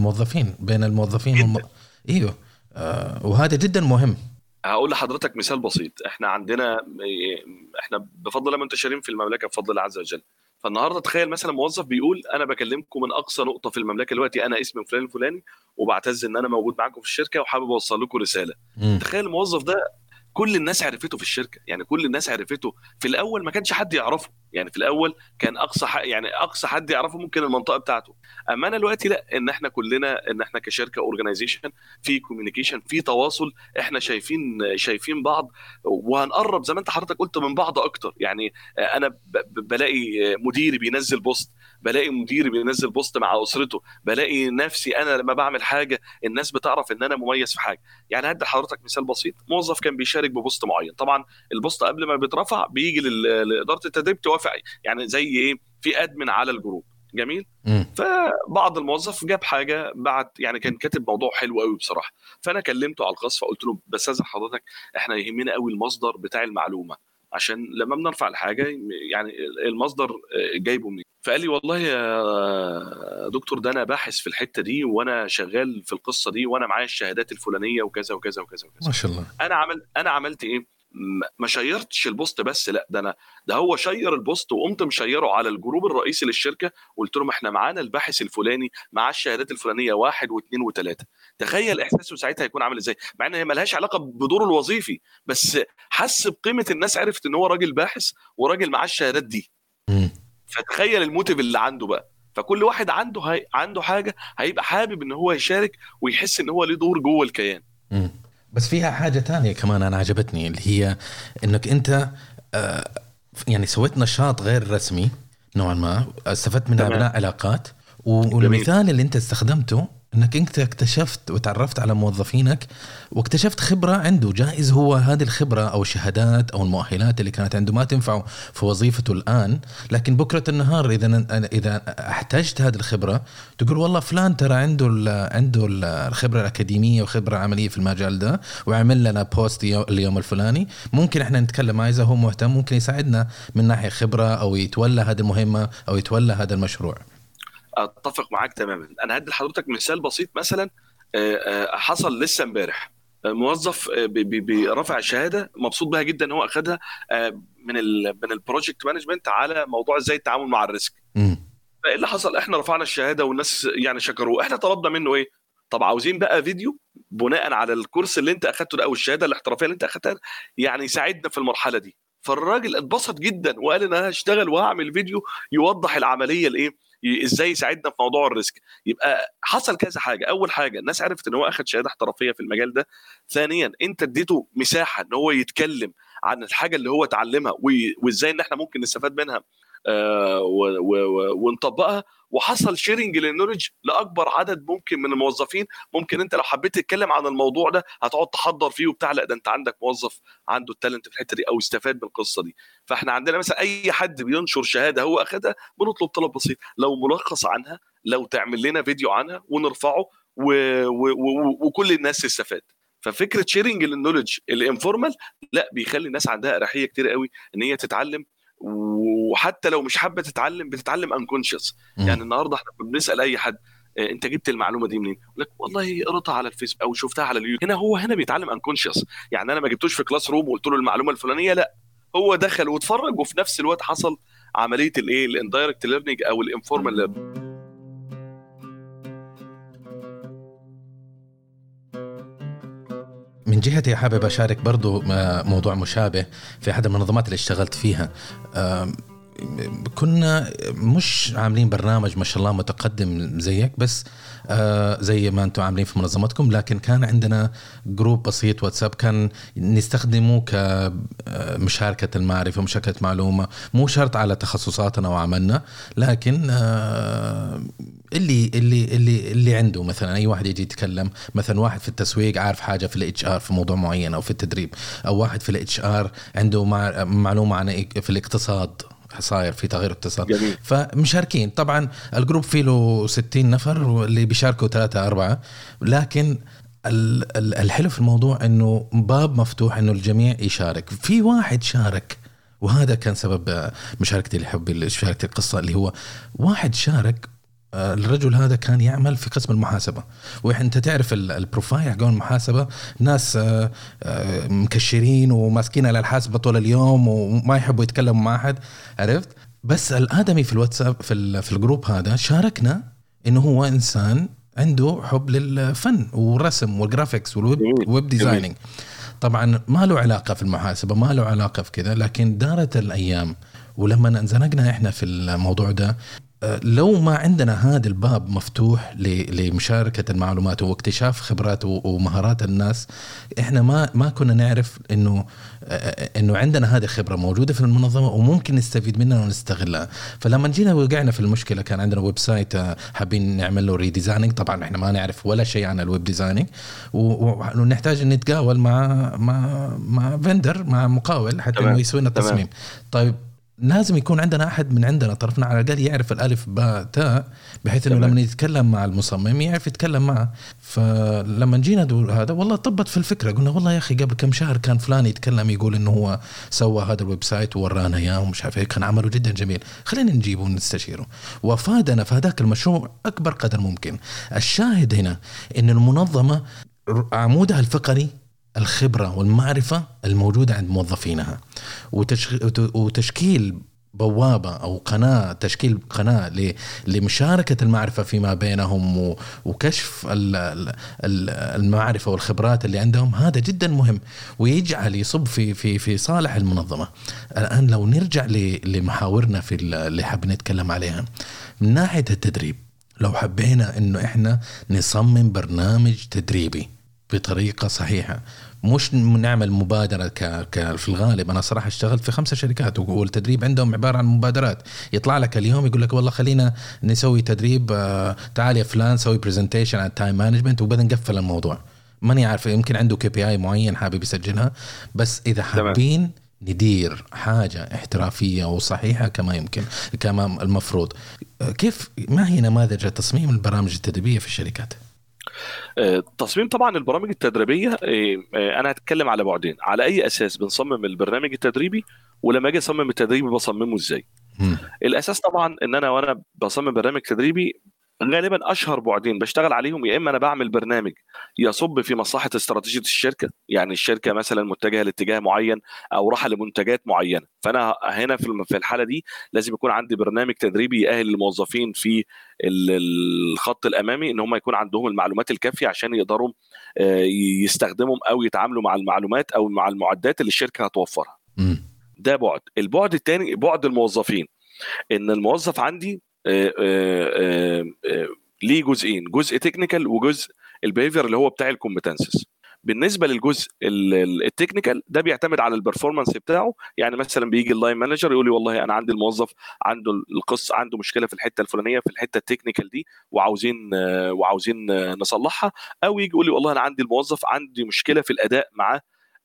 الموظفين ايوه، وهذا جدا مهم. هقول لحضرتك مثال بسيط. احنا بفضل الله منتشرين في المملكه بفضل الله عز وجل. فالنهارده تخيل مثلا موظف بيقول انا بكلمكم من اقصى نقطه في المملكه دلوقتي، انا اسمي فلان الفلاني وبعتز ان انا موجود معاكم في الشركه وحابب اوصل لكم رساله. تخيل الموظف ده كل الناس عرفته في الشركه، يعني كل الناس عرفته. في الاول ما كانش حد يعرفه، يعني في الاول كان اقصى حد يعرفه ممكن المنطقه بتاعته. اما انا دلوقتي لا، ان احنا كلنا ان احنا كشركه اورجانيزيشن في كوميونيكيشن، في تواصل، احنا شايفين بعض، وهنقرب زي ما انت حضرتك قلت من بعض اكتر. يعني انا بلاقي مديري بينزل بوست، بلاقي مديري بينزل بوست مع اسرته، بلاقي نفسي انا لما بعمل حاجه الناس بتعرف ان انا مميز في حاجه. يعني هدي حضرتك مثال بسيط. موظف كان بيشارك ببوست معين، طبعا البوست قبل ما بيترفع بيجي لاداره التدريب توافق، يعني زي ايه، في ادمن على الجروب. جميل. فبعض الموظف جاب حاجه بعت، يعني كان كاتب موضوع حلو قوي بصراحه، فانا كلمته على الخاص فقلت له بس أستاذ حضرتك احنا يهمنا قوي المصدر بتاع المعلومه، عشان لما بنرفع الحاجه يعني المصدر جايبه منين. فقال لي والله يا دكتور ده انا باحث في الحته دي، وانا شغال في القصه دي، وانا معايا الشهادات الفلانيه وكذا وكذا وكذا وكذا. ما شاء الله. انا عملت ايه؟ ما شيرتش البوست بس، لا ده هو شير البوست وقمت مشيره على الجروب الرئيسي للشركه، وقلت لهم احنا معانا الباحث الفلاني مع الشهادات الفلانيه 1 و2 و3. تخيل احساسه ساعتها هيكون عامل ازاي، مع ان هي ملهاش علاقه بدوره الوظيفي، بس حس بقيمه الناس، عرفت ان هو راجل باحث وراجل معاه الشهادات دي. فتخيل الموتيف اللي عنده بقى. فكل واحد عنده حاجه هيبقى حابب ان هو يشارك ويحس ان هو ليه دور جوه الكيان. بس فيها حاجة تانية كمان أنا عجبتني، اللي هي إنك أنت يعني سويت نشاط غير رسمي نوعا ما، استفدت منها بناء علاقات، والمثال اللي أنت استخدمته انك انت اكتشفت وتعرفت على موظفينك واكتشفت خبرة عنده. جائز هو هذه الخبرة او الشهادات او المؤهلات اللي كانت عنده ما تنفعه في وظيفته الان، لكن بكرة النهار اذا احتجت هذه الخبرة تقول والله فلان ترى عنده الخبرة الأكاديمية وخبرة عملية في المجال ده وعمل لنا بوست اليوم الفلاني، ممكن احنا نتكلم معه اذا هو مهتم، ممكن يساعدنا من ناحية خبرة او يتولى هذه المهمة او يتولى هذا المشروع. اتفق معاك تماما. انا هدي لحضرتك مثال بسيط. مثلا حصل لسه امبارح موظف برفع شهاده مبسوط بها جدا، هو اخذها من البروجكت مانجمنت على موضوع ازاي التعامل مع الريسك. فايه اللي حصل؟ احنا رفعنا الشهاده والناس يعني شكروه. احنا طلبنا منه ايه؟ طب عاوزين بقى فيديو بناء على الكورس اللي انت اخذته ده او الشهاده الاحترافيه اللي انت اخذتها، يعني يساعدنا في المرحله دي. فالراجل اتبسط جدا وقال ان انا هشتغل وهعمل فيديو يوضح العمليه الايه، ازاي يساعدنا في موضوع الريسك. يبقى حصل كذا حاجه. اول حاجه الناس عرفت ان هو اخذ شهاده احترافيه في المجال ده. ثانيا انت اديته مساحه ان هو يتكلم عن الحاجه اللي هو اتعلمها وازاي ان احنا ممكن نستفاد منها ونطبقها. وحصل شيرنج للنولج لاكبر عدد ممكن من الموظفين. ممكن انت لو حبيت تتكلم عن الموضوع ده هتقعد تحضر فيه وبتاع، لا ده انت عندك موظف عنده التالنت في الحته دي او استفاد من القصه دي. فاحنا عندنا مثلا اي حد بينشر شهاده هو اخذها بنطلب طلب بسيط، لو ملخص عنها، لو تعمل لنا فيديو عنها ونرفعه وكل الناس تستفاد. ففكره شيرنج للنولج الانفورمال لا بيخلي الناس عندها اريحيه كتير قوي ان هي تتعلم، وحتى لو مش حابه تتعلم بتتعلم انكونشس. يعني النهارده احنا بنسال اي حد انت جبت المعلومه دي منين؟ يقول لك والله قريتها على الفيسبوك او شفتها على اليوتيوب. هنا بيتعلم انكونشس. يعني انا ما جبتوش في كلاس روم وقلت له المعلومه الفلانيه، لا هو دخل واتفرج وفي نفس الوقت حصل عمليه الايه الاندايركت ليرنينج او الانفورمال ليرنينج. من جهتي حابب أشارك برضو موضوع مشابه في أحد المنظمات اللي اشتغلت فيها. كنا مش عاملين برنامج ما شاء الله متقدم زيك، بس زي ما أنتم عاملين في منظمتكم، لكن كان عندنا جروب بسيط واتساب كان نستخدمه كمشاركة المعرفة ومشاركة معلومة، مو شرط على تخصصاتنا وعملنا، لكن اللي عنده مثلا أي واحد يجي يتكلم، مثلا واحد في التسويق عارف حاجة في الHR في موضوع معين أو في التدريب، أو واحد في الHR عنده معلومة عن في الاقتصاد، صاير في تغيير اقتصاد. فمشاركين. طبعا الجروب فيه له 60 نفر واللي بيشاركوا 3-4، لكن الحلو في الموضوع انه باب مفتوح انه الجميع يشارك. في واحد شارك وهذا كان سبب مشاركتي اللي حب شاركت القصة، اللي هو واحد شارك. الرجل هذا كان يعمل في قسم المحاسبة، وانت تعرف البروفايل حق المحاسبة ناس مكشرين وماسكين على الحاسبة طول اليوم وما يحبوا يتكلموا مع أحد، عرفت؟ بس الآدمي في الواتساب في الجروب هذا شاركنا إنه هو إنسان عنده حب للفن والرسم والجرافيكس والويب ديزايننج. طبعا ما له علاقة في المحاسبة، ما له علاقة في كذا، لكن دارت الأيام ولما انزنقنا إحنا في الموضوع ده، لو ما عندنا هذا الباب مفتوح لمشاركة المعلومات واكتشاف خبرات ومهارات الناس، احنا ما كنا نعرف انه عندنا هذه الخبرة موجودة في المنظمة وممكن نستفيد منها ونستغلها. فلما جينا وقعنا في المشكلة، كان عندنا ويب سايت حابين نعمل له ريديزايننج، طبعا احنا ما نعرف ولا شيء عن الويب ديزايننج، ونحتاج ان نتقاول مع فندر، مع مقاول حتى انه يسوي لنا التصميم. طيب لازم يكون عندنا أحد من عندنا طرفنا على الأقل يعرف الألف باء تاء، بحيث إنه لما يتكلم مع المصمم يعرف يتكلم معه. فلما جينا هذا والله طبت في الفكرة، قلنا والله يا أخي قبل كم شهر كان فلان يتكلم يقول إنه هو سوى هذا الويب سايت وورانا إياه ومش عارف إيه، كان عمله جدا جميل، خلينا نجيبه ونستشيره. وفادنا في هذاك المشروع أكبر قدر ممكن. الشاهد هنا إن المنظمة عمودها الفقري الخبرة والمعرفة الموجودة عند موظفينها، وتشكيل بوابة أو قناة، تشكيل قناة لمشاركة المعرفة فيما بينهم وكشف المعرفة والخبرات اللي عندهم. هذا جدا مهم ويجعل يصب في صالح المنظمة. الآن لو نرجع لمحاورنا في اللي حاب نتكلم عليها من ناحية التدريب، لو حبينا إنه إحنا نصمم برنامج تدريبي بطريقة صحيحة، مش نعمل مبادرة في الغالب. أنا صراحة اشتغلت في 5 شركات والتدريب عندهم عبارة عن مبادرات. يطلع لك اليوم يقول لك والله خلينا نسوي تدريب، تعال يا فلان سوي برزنتيشن على التايم مانجمنت وبدأ نقفل الموضوع. ماني عارف، يمكن عنده KPI معين حابب يسجلها، بس إذا حابين ندير حاجة احترافية وصحيحة كما يمكن كما المفروض. كيف، ما هي نماذج تصميم البرامج التدريبية في الشركات؟ تصميم طبعا البرامج التدريبيه، انا هتكلم على بعدين. على اي اساس بنصمم البرنامج التدريبي، ولما اجي اصمم التدريبي بصممه ازاي؟ الاساس طبعا ان وانا بصمم برنامج تدريبي غالبا اشهر بعدين بشتغل عليهم. يا اما انا بعمل برنامج يصب في مصلحه استراتيجيه الشركه، يعني الشركه مثلا متجهه لاتجاه معين او راح لمنتجات معينه، فانا هنا في الحاله دي لازم يكون عندي برنامج تدريبي يأهل الموظفين في الخط الامامي ان هم يكون عندهم المعلومات الكافيه عشان يقدروا يستخدمهم او يتعاملوا مع المعلومات او مع المعدات اللي الشركه هتوفرها. ده بعد. البعد الثاني بعد الموظفين، ان الموظف عندي ليه جزئين، جزء تكنيكال وجزء البيهيفير اللي هو بتاع الكومبتنسز. بالنسبه للجزء التكنيكال ده بيعتمد على البرفورمانس بتاعه. يعني مثلا بيجي اللاين مانجر يقول لي والله انا عندي الموظف عنده القصه، عنده مشكله في الحته الفلانيه في الحته التكنيكال دي وعاوزين نصلحها، او يجي يقول لي والله انا عندي الموظف عندي مشكله في الاداء معاه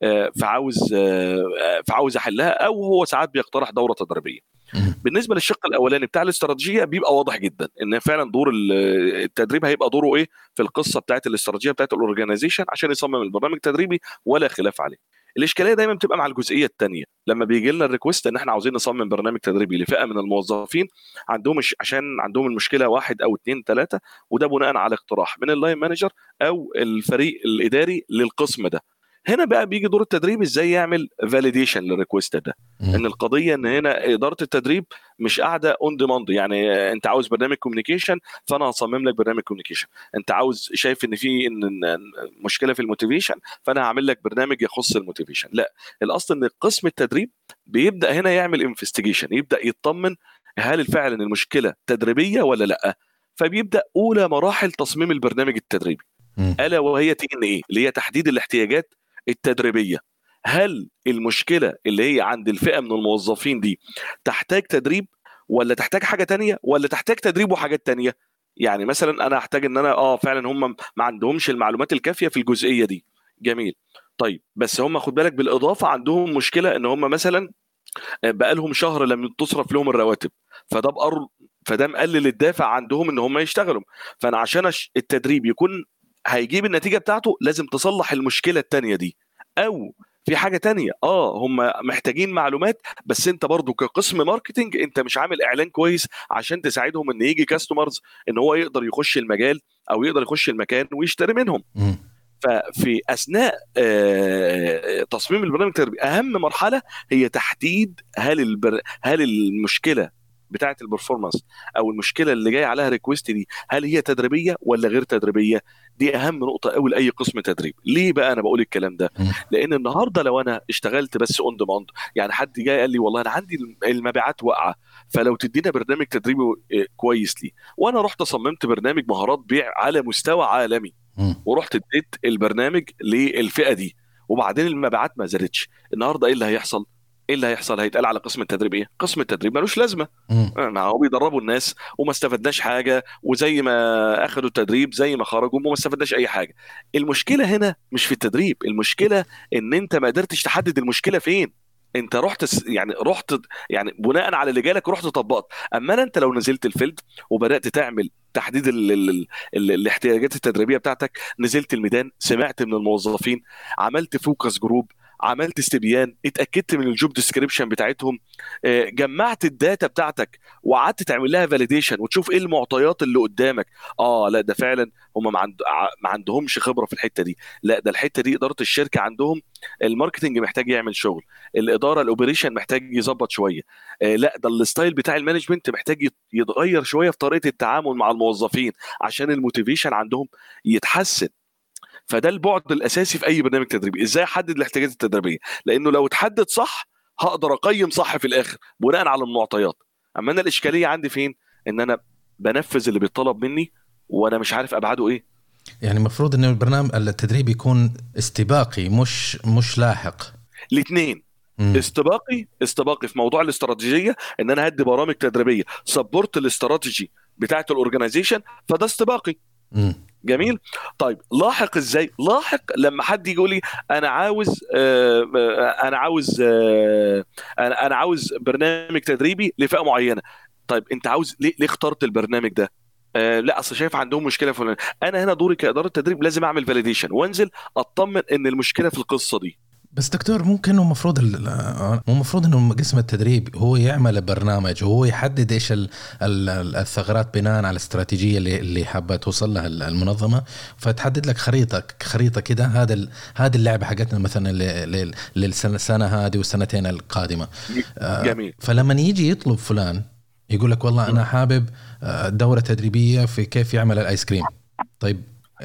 فعاوز احلها، او هو ساعات بيقترح دوره تدريبيه. بالنسبه للشق الاولاني بتاع الاستراتيجيه بيبقى واضح جدا ان فعلا دور التدريب هيبقى دوره ايه في القصه بتاعت الاستراتيجيه بتاعت الاورجانيزيشن عشان يصمم البرنامج التدريبي، ولا خلاف عليه. الاشكاليه دايما بتبقى مع الجزئيه الثانيه، لما بيجي لنا الريكوست ان احنا عاوزين نصمم برنامج تدريبي لفئه من الموظفين عشان عندهم المشكله 1 أو 2 3، وده بناء على اقتراح من اللاين مانجر او الفريق الاداري للقسم ده. هنا بقى بيجي دور التدريب ازاي يعمل فاليديشن للريكوست ده. ان القضيه ان هنا اداره التدريب مش قاعده اون ديماند، يعني انت عاوز برنامج كوميونيكيشن فانا هصمم لك برنامج كوميونيكيشن، انت عاوز شايف ان في مشكله في الموتيفيشن فانا هعمل لك برنامج يخص الموتيفيشن. لا، الاصل ان قسم التدريب بيبدا هنا يعمل انفستيجيشن، يبدا يطمن هل فعلا المشكله تدريبيه ولا لا. فبيبدا اولى مراحل تصميم البرنامج التدريبي الا وهي TNA اللي هي تحديد الاحتياجات التدريبيه. هل المشكله اللي هي عند الفئه من الموظفين دي تحتاج تدريب، ولا تحتاج حاجه تانية، ولا تحتاج تدريب وحاجات تانية؟ يعني مثلا انا احتاج ان انا فعلا هم ما عندهمش المعلومات الكافيه في الجزئيه دي. جميل، طيب بس هم خد بالك بالاضافه عندهم مشكله ان هم مثلا بقى لهم شهر لم تصرف لهم الرواتب، فده مقلل الدافع عندهم ان هم يشتغلوا. فانا عشان التدريب يكون هيجيب النتيجه بتاعته لازم تصلح المشكله التانية دي. او في حاجه تانية، هم محتاجين معلومات بس انت برضو كقسم ماركتنج انت مش عامل اعلان كويس عشان تساعدهم ان يجي كاستمرز ان هو يقدر يخش المجال او يقدر يخش المكان ويشتري منهم. ففي اثناء تصميم البرنامج التدريبي اهم مرحله هي تحديد هل المشكله بتاعه البرفورمانس او المشكله اللي جاي عليها ريكويست دي هل هي تدريبيه ولا غير تدريبيه. دي اهم نقطه قوي لاي قسم تدريب. ليه بقى انا بقول الكلام ده؟ لان النهارده لو انا اشتغلت بس اون ديماند، يعني حد جاي قال لي والله انا عندي المبيعات واقعه فلو تدينا برنامج تدريبي كويس لي، وانا رحت صممت برنامج مهارات بيع على مستوى عالمي ورحت اديت البرنامج للفئه دي وبعدين المبيعات ما زادتش، النهارده ايه اللي هيحصل؟ هيتقال على قسم التدريب ايه؟ قسم التدريب ملوش لازمه. ما هو بيدربوا الناس وما استفدناش حاجه، وزي ما اخذوا التدريب زي ما خرجوا وما استفدناش اي حاجه. المشكله هنا مش في التدريب، المشكله ان انت ما قدرتش تحدد المشكله فين. انت رحت يعني بناء على اللي جالك رحت طبقت. اما انت لو نزلت الفيلد وبدات تعمل تحديد الاحتياجات التدريبيه بتاعتك، نزلت الميدان، سمعت من الموظفين، عملت فوكس جروب، عملت استبيان، اتاكدت من الجوب ديسكريبشن بتاعتهم، جمعت الداتا بتاعتك وقعدت تعمل لها فاليديشن وتشوف ايه المعطيات اللي قدامك. لا ده فعلا هم ما عندهمش خبره في الحته دي، لا ده الحته دي اداره الشركه عندهم الماركتنج محتاج يعمل شغل، الاداره الاوبريشن محتاج يظبط شويه، لا ده الستايل بتاع المانجمنت محتاج يتغير شويه في طريقه التعامل مع الموظفين عشان الموتيفيشن عندهم يتحسن. فده البعد الاساسي في اي برنامج تدريبي، ازاي احدد الاحتياجات التدريبيه، لانه لو اتحدد صح هقدر اقيم صح في الاخر بناء على المعطيات. اما انا الاشكاليه عندي فين؟ ان انا بنفذ اللي بيطلب مني وانا مش عارف ابعاده ايه. يعني المفروض انه البرنامج التدريب يكون استباقي مش لاحق. الاثنين استباقي في موضوع الاستراتيجيه، ان انا هدي برامج تدريبيه سبورت الاستراتيجي بتاعه الاورجنايزيشن، فده استباقي. جميل. طيب لاحق ازاي؟ لاحق لما حد يقول لي انا عاوز انا عاوز برنامج تدريبي لفئه معينه. طيب انت عاوز ليه اخترت البرنامج ده؟ لا اصل شايف عندهم مشكله فلان. انا هنا دوري كاداره تدريب لازم اعمل فاليديشن وانزل اطمن ان المشكله في القصه دي. بس دكتور ممكن المفروض انه قسم التدريب هو يعمل برنامج وهو يحدد ايش الثغرات بناء على الاستراتيجيه اللي حابه توصل لها المنظمه، فتحدد لك خريطه كده. هذه اللعبه حقتنا مثلا للسنه هذه والسنتين القادمه. جميل. فلما يجي يطلب فلان يقول لك والله انا حابب دوره تدريبيه في كيف يعمل الايس كريم. طيب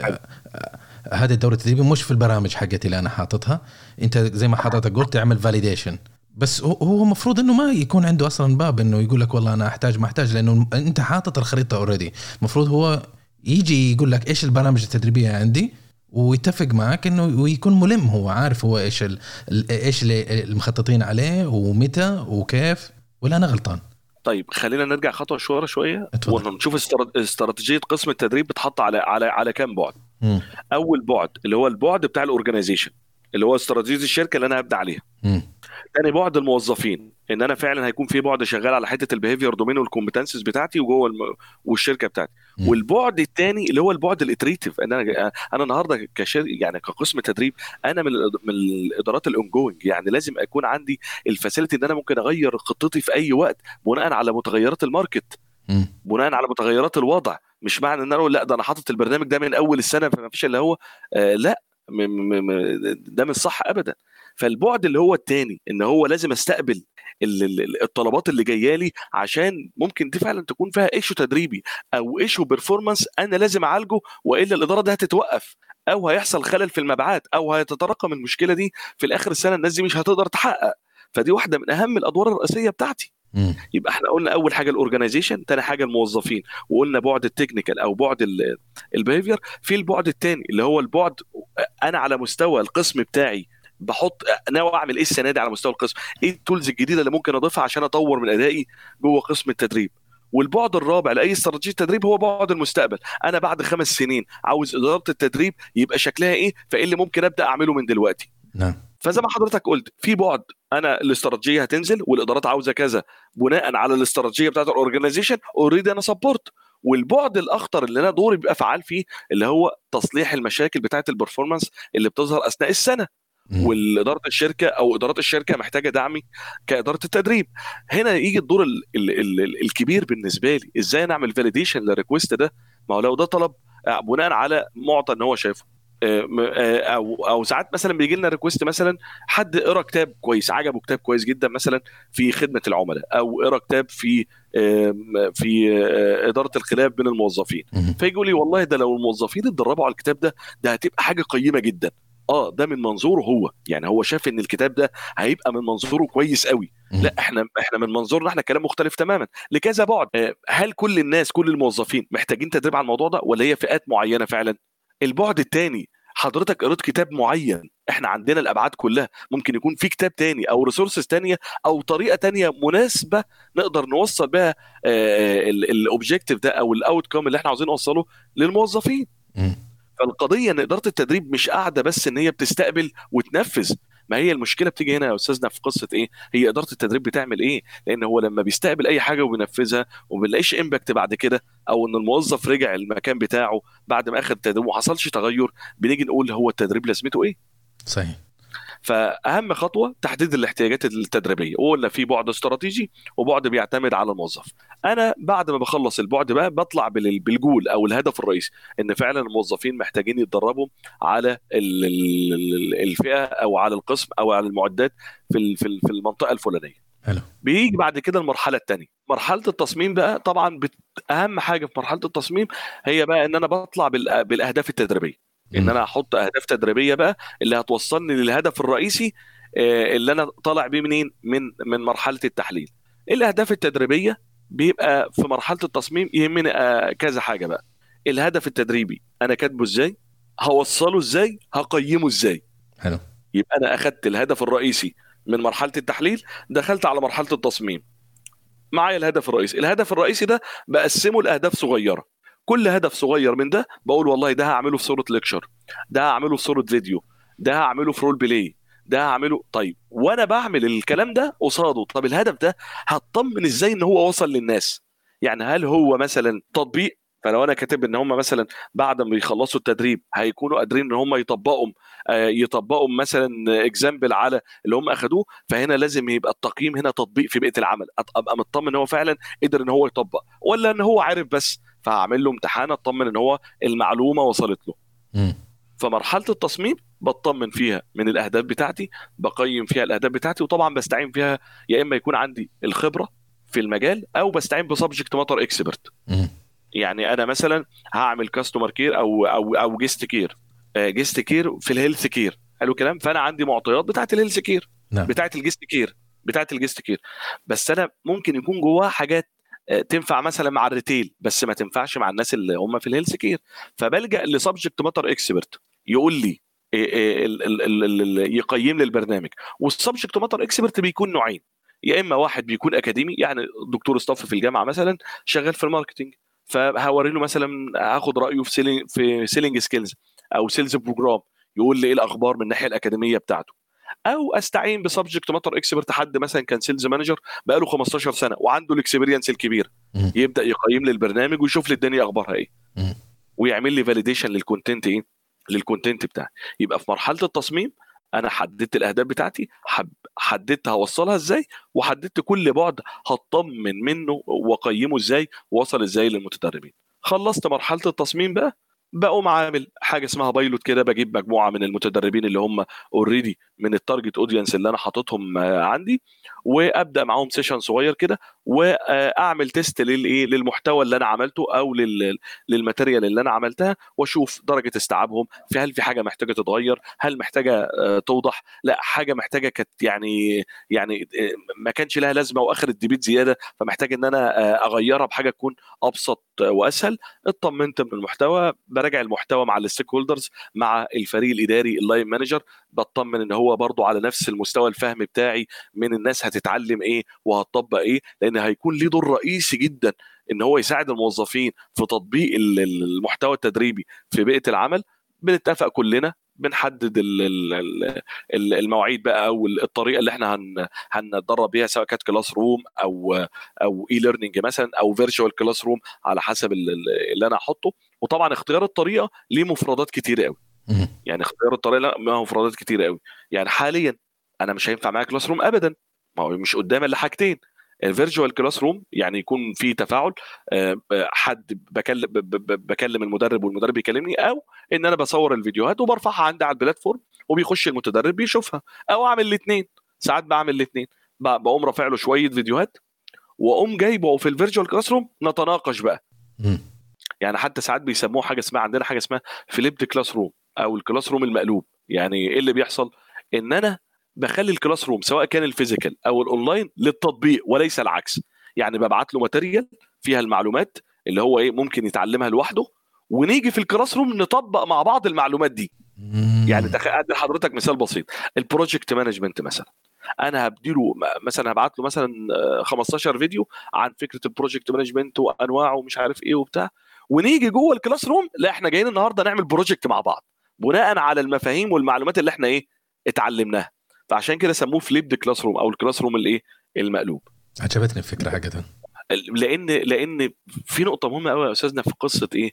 هذه الدورة التدريبية مش في البرامج حقتي اللي أنا حاطتها. أنت زي ما حضرتك قلت تعمل فاليديشن، بس هو مفروض إنه ما يكون عنده أصلا باب إنه يقول لك والله أنا أحتاج ما أحتاج، لأنه أنت حاطط الخريطة أوريدي. مفروض هو يجي يقول لك إيش البرامج التدريبية عندي ويتفق معك إنه ويكون ملم، هو عارف هو إيش اللي المخططين عليه ومتى وكيف، ولا أنا غلطان؟ طيب خلينا نرجع خطوه شويه ونشوف استراتيجيه قسم التدريب بتحط على كام بعد. اول بعد اللي هو البعد بتاع الاورجنايزيشن، اللي هو استراتيجيه الشركه اللي انا هبدا عليها. تاني بعد الموظفين، ان انا فعلا هيكون في بعد شغال على حته البيهيفير دومين والكومبتنسز بتاعتي وجوه والشركه بتاعتي. والبعد الثاني اللي هو البعد الاتريتيف، ان انا النهارده يعني كقسم تدريب انا من الادارات الاونجوينج، يعني لازم اكون عندي الفاسيلتي ان انا ممكن اغير خطتي في اي وقت بناء على متغيرات الماركت، بناء على متغيرات الوضع. مش معنى ان انا اقول لا ده انا حاطط البرنامج ده من اول السنه فما فيش اللي هو لا ده مش صح ابدا. فالبعد اللي هو الثاني ان هو لازم استقبل الطلبات اللي جايه لي، عشان ممكن دي فعلا تكون فيها ايشو تدريبي او ايشو بيرفورمانس انا لازم اعالجه، والا الاداره دي هتتوقف او هيحصل خلل في المبيعات او هيتراكم المشكله دي في الاخر السنه، الناس دي مش هتقدر تحقق. فدي واحده من اهم الادوار الرئيسيه بتاعتي. يبقى احنا قلنا اول حاجه الاورجنايزيشن، ثاني حاجه الموظفين، وقلنا بعد التكنيكال او بعد البيهيفير. في البعد الثاني اللي هو البعد انا على مستوى القسم بتاعي بحط ناوي اعمل ايه السنه دي على مستوى القسم، ايه التولز الجديده اللي ممكن اضيفها عشان اطور من ادائي جوه قسم التدريب. والبعد الرابع لاي استراتيجيه تدريب هو بعد المستقبل، انا بعد 5 سنين عاوز اداره التدريب يبقى شكلها ايه، فايه اللي ممكن ابدا اعمله من دلوقتي. نعم. فزي ما حضرتك قلت في بعد انا الاستراتيجيه هتنزل والادارات عاوزه كذا بناء على الاستراتيجيه بتاعه الاورجنايزيشن اوريدي انا سبورت. والبعد الاخطر اللي انا دوري بيبقى فعال فيه اللي هو تصليح المشاكل بتاعه البرفورمانس اللي بتظهر اثناء السنه، والاداره الشركه او ادارات الشركه محتاجه دعمي كاداره التدريب. هنا يجي الدور الكبير بالنسبه لي، ازاي نعمل فاليديشن للريكوست ده. ما هو لو ده طلب بناء على معطى ان هو شايفه، او ساعات مثلا بيجي لنا ريكوست، مثلا حد قرا كتاب كويس عجبه كتاب كويس جدا مثلا في خدمه العملاء، او قرا كتاب في اداره الخلاف بين الموظفين، فيجوا لي والله ده لو الموظفين اتدربوا على الكتاب ده هتبقى حاجه قيمه جدا. ده من منظوره هو، يعني هو شاف ان الكتاب ده هيبقى من منظوره كويس قوي. لا احنا من منظورنا احنا كلام مختلف تماما لكذا بعد. هل كل الناس كل الموظفين محتاجين تدريب على الموضوع ده ولا هي فئات معينه فعلا؟ البعد الثاني، حضرتك قريت كتاب معين، احنا عندنا الابعاد كلها، ممكن يكون في كتاب تاني او ريسورسز تانية او طريقه تانية مناسبه نقدر نوصل بها الاوبجيكتيف ده او الاوتكم اللي احنا عاوزين نوصله للموظفين. فالقضيه ان اداره التدريب مش قاعده بس ان هي بتستقبل وتنفذ. ما هي المشكله بتيجي هنا يا استاذنا في قصه ايه؟ هي اداره التدريب بتعمل ايه؟ لان هو لما بيستقبل اي حاجه وبينفذها وما بيلاقيش امباكت بعد كده، او ان الموظف رجع المكان بتاعه بعد ما اخذ التدريب وما حصلش تغير، بنيجي نقول هو التدريب لازمته ايه؟ صحيح. فاهم خطوه تحديد الاحتياجات التدريبيه، وقلنا في بعد استراتيجي وبعد بيعتمد على الموظف. انا بعد ما بخلص البعد بقى بطلع بالجول او الهدف الرئيسي، ان فعلا الموظفين محتاجين يتدربوا على الفئه او على القسم او على المعدات في المنطقه الفلانيه. حلو. بيجي بعد كده المرحله الثانيه، مرحله التصميم بقى. طبعا اهم حاجه في مرحله التصميم هي بقى ان انا بطلع بالاهداف التدريبيه، ان انا احط اهداف تدريبيه بقى اللي هتوصلني للهدف الرئيسي اللي انا طالع بيه منين، من مرحله التحليل. الاهداف التدريبيه بيبقى في مرحله التصميم يهمني كذا حاجه بقى. الهدف التدريبي انا كاتبه ازاي، هوصله ازاي، هقيمه ازاي. حلو. يبقى انا اخدت الهدف الرئيسي من مرحله التحليل، دخلت على مرحله التصميم. معايا الهدف الرئيسي ده بقسمه لاهداف صغيره. كل هدف صغير من ده بقول والله ده هعمله في صوره ليكشر، ده هعمله في صوره فيديو، ده هعمله في رول بلاي، ده هعمله. طيب وانا بعمل الكلام ده قصاده، طب الهدف ده هطمن ازاي ان هو وصل للناس؟ يعني هل هو مثلا تطبيق؟ فلو انا كاتب ان هم مثلا بعد ما يخلصوا التدريب هيكونوا قادرين ان هم يطبقوا مثلا اكزامبل على اللي هم اخدوه، فهنا لازم يبقى التقييم هنا تطبيق في بيئه العمل، ابقى مطمن ان هو فعلا قدر ان هو يطبق، ولا ان هو عارف بس، فهعمل له امتحان اطمن ان هو المعلومه وصلت له. فمرحله التصميم بطمن فيها من الاهداف بتاعتي، بقيم فيها الاهداف بتاعتي، وطبعا بستعين فيها يا اما يكون عندي الخبره في المجال او بستعين بسبجكت ماتر اكسبرت. يعني انا مثلا هعمل كاستمر كير او جيست كير، جيست كير في الهيلث كير، حلو كلام. فانا عندي معطيات بتاعت الهيلث كير، بتاعت الجيست كير، بس انا ممكن يكون جواها حاجات تنفع مثلا مع الريتيل بس ما تنفعش مع الناس اللي هم في الهيلث كير، فبلجأ لسبجكت ماتر اكسبرت يقول لي يقيم لي البرنامج. والسبجكت ماتر اكسبرت بيكون نوعين، يا اما واحد بيكون اكاديمي، يعني دكتور استاف في الجامعه مثلا شغال في الماركتنج، فهوري له مثلا هاخد رايه في سيلينج سكيلز او سيلز بروجرام، يقول لي ايه الاخبار من الناحيه الاكاديميه بتاعته. او استعين بسبجكت ماتر اكسبرت، حد مثلا كان سيلز مانجر بقاله 15 سنه وعنده الاكسبيرينس الكبير، يبدا يقيم لي البرنامج ويشوف لي الدنيا اخبارها ايه، ويعمل لي فاليديشن للكونتنت بتاعي. يبقى في مرحله التصميم انا حددت الاهداف بتاعتي، حددت هوصلها ازاي، وحددت كل بعد هطمن منه واقيمه ازاي، ووصل ازاي للمتدربين. خلصت مرحله التصميم بقى، بقوم عامل حاجه اسمها بايلوت كده، بجيب مجموعه من المتدربين اللي هم اوريدي من التارجت اودينس اللي انا حاططهم عندي، وابدا معاهم سيشن صغير كده، واعمل تيست للمحتوى اللي انا عملته او للماتيريال اللي انا عملتها، واشوف درجه استيعابهم، هل في حاجه محتاجه تتغير، هل محتاجه توضح، لا حاجه محتاجه كانت يعني ما كانش لها لازمه واخرت ديبيت زياده، فمحتاج ان انا اغيرها بحاجه تكون ابسط واسهل. اطمنت من المحتوى، براجع المحتوى مع الستيك هولدرز، مع الفريق الاداري اللاين مانجر، بطمن ان هو برضو على نفس المستوى الفهم بتاعي من الناس هتتعلم ايه وهتطبق ايه، لان هيكون ليه دور رئيسي جدا ان هو يساعد الموظفين في تطبيق المحتوى التدريبي في بيئة العمل. بنتفق كلنا، بنحدد المواعيد بقى او الطريقه اللي احنا هنتدرب بيها، سواء كانت كلاس روم او اي ليرنينج مثلا او فيرتشوال كلاس روم، على حسب اللي انا هحطه. وطبعا اختيار الطريقه ليه مفردات كتيره قوي، يعني اختيار الطريقه له مفردات كتيره قوي. يعني حاليا انا مش هينفع معايا كلاس روم ابدا، ما هو مش قدامي الا حاجتين، الفيرتشوال كلاس روم يعني يكون في تفاعل، حد بكلم المدرب والمدرب بيكلمني، او ان انا بصور الفيديوهات وبرفعها عندي على البلاتفورم وبيخش المتدرب بيشوفها، او اعمل الاثنين. ساعات بعمل الاثنين، بقوم رافع له شويه فيديوهات واقوم جايبه في الفيرتشوال كلاس روم نتناقش بقى. يعني حتى ساعات بيسموه حاجه اسمها، عندنا حاجه اسمها فليبد كلاس روم او الكلاس روم المقلوب. يعني ايه اللي بيحصل؟ ان انا بخلي الكلاس روم سواء كان الفيزيكال او الاونلاين للتطبيق وليس العكس. يعني ببعت له ماتيريال فيها المعلومات اللي هو ايه ممكن يتعلمها لوحده، ونيجي في الكلاس روم نطبق مع بعض المعلومات دي. يعني ادي لحضرتك مثال بسيط، البروجكت مانجمنت مثلا، انا هبديله مثلا، هبعت له مثلا 15 فيديو عن فكره البروجكت مانجمنت وانواعه ومش عارف ايه وبتاع، ونيجي جوه الكلاس روم لا احنا جايين النهارده نعمل بروجكت مع بعض بناء على المفاهيم والمعلومات اللي احنا ايه اتعلمناها. فعشان كده سموه فليبد كلاس روم او الكلاس روم الايه المقلوب. عجبتني الفكره حقتها، لان في نقطه مهمه قوي يا استاذنا في قصه ايه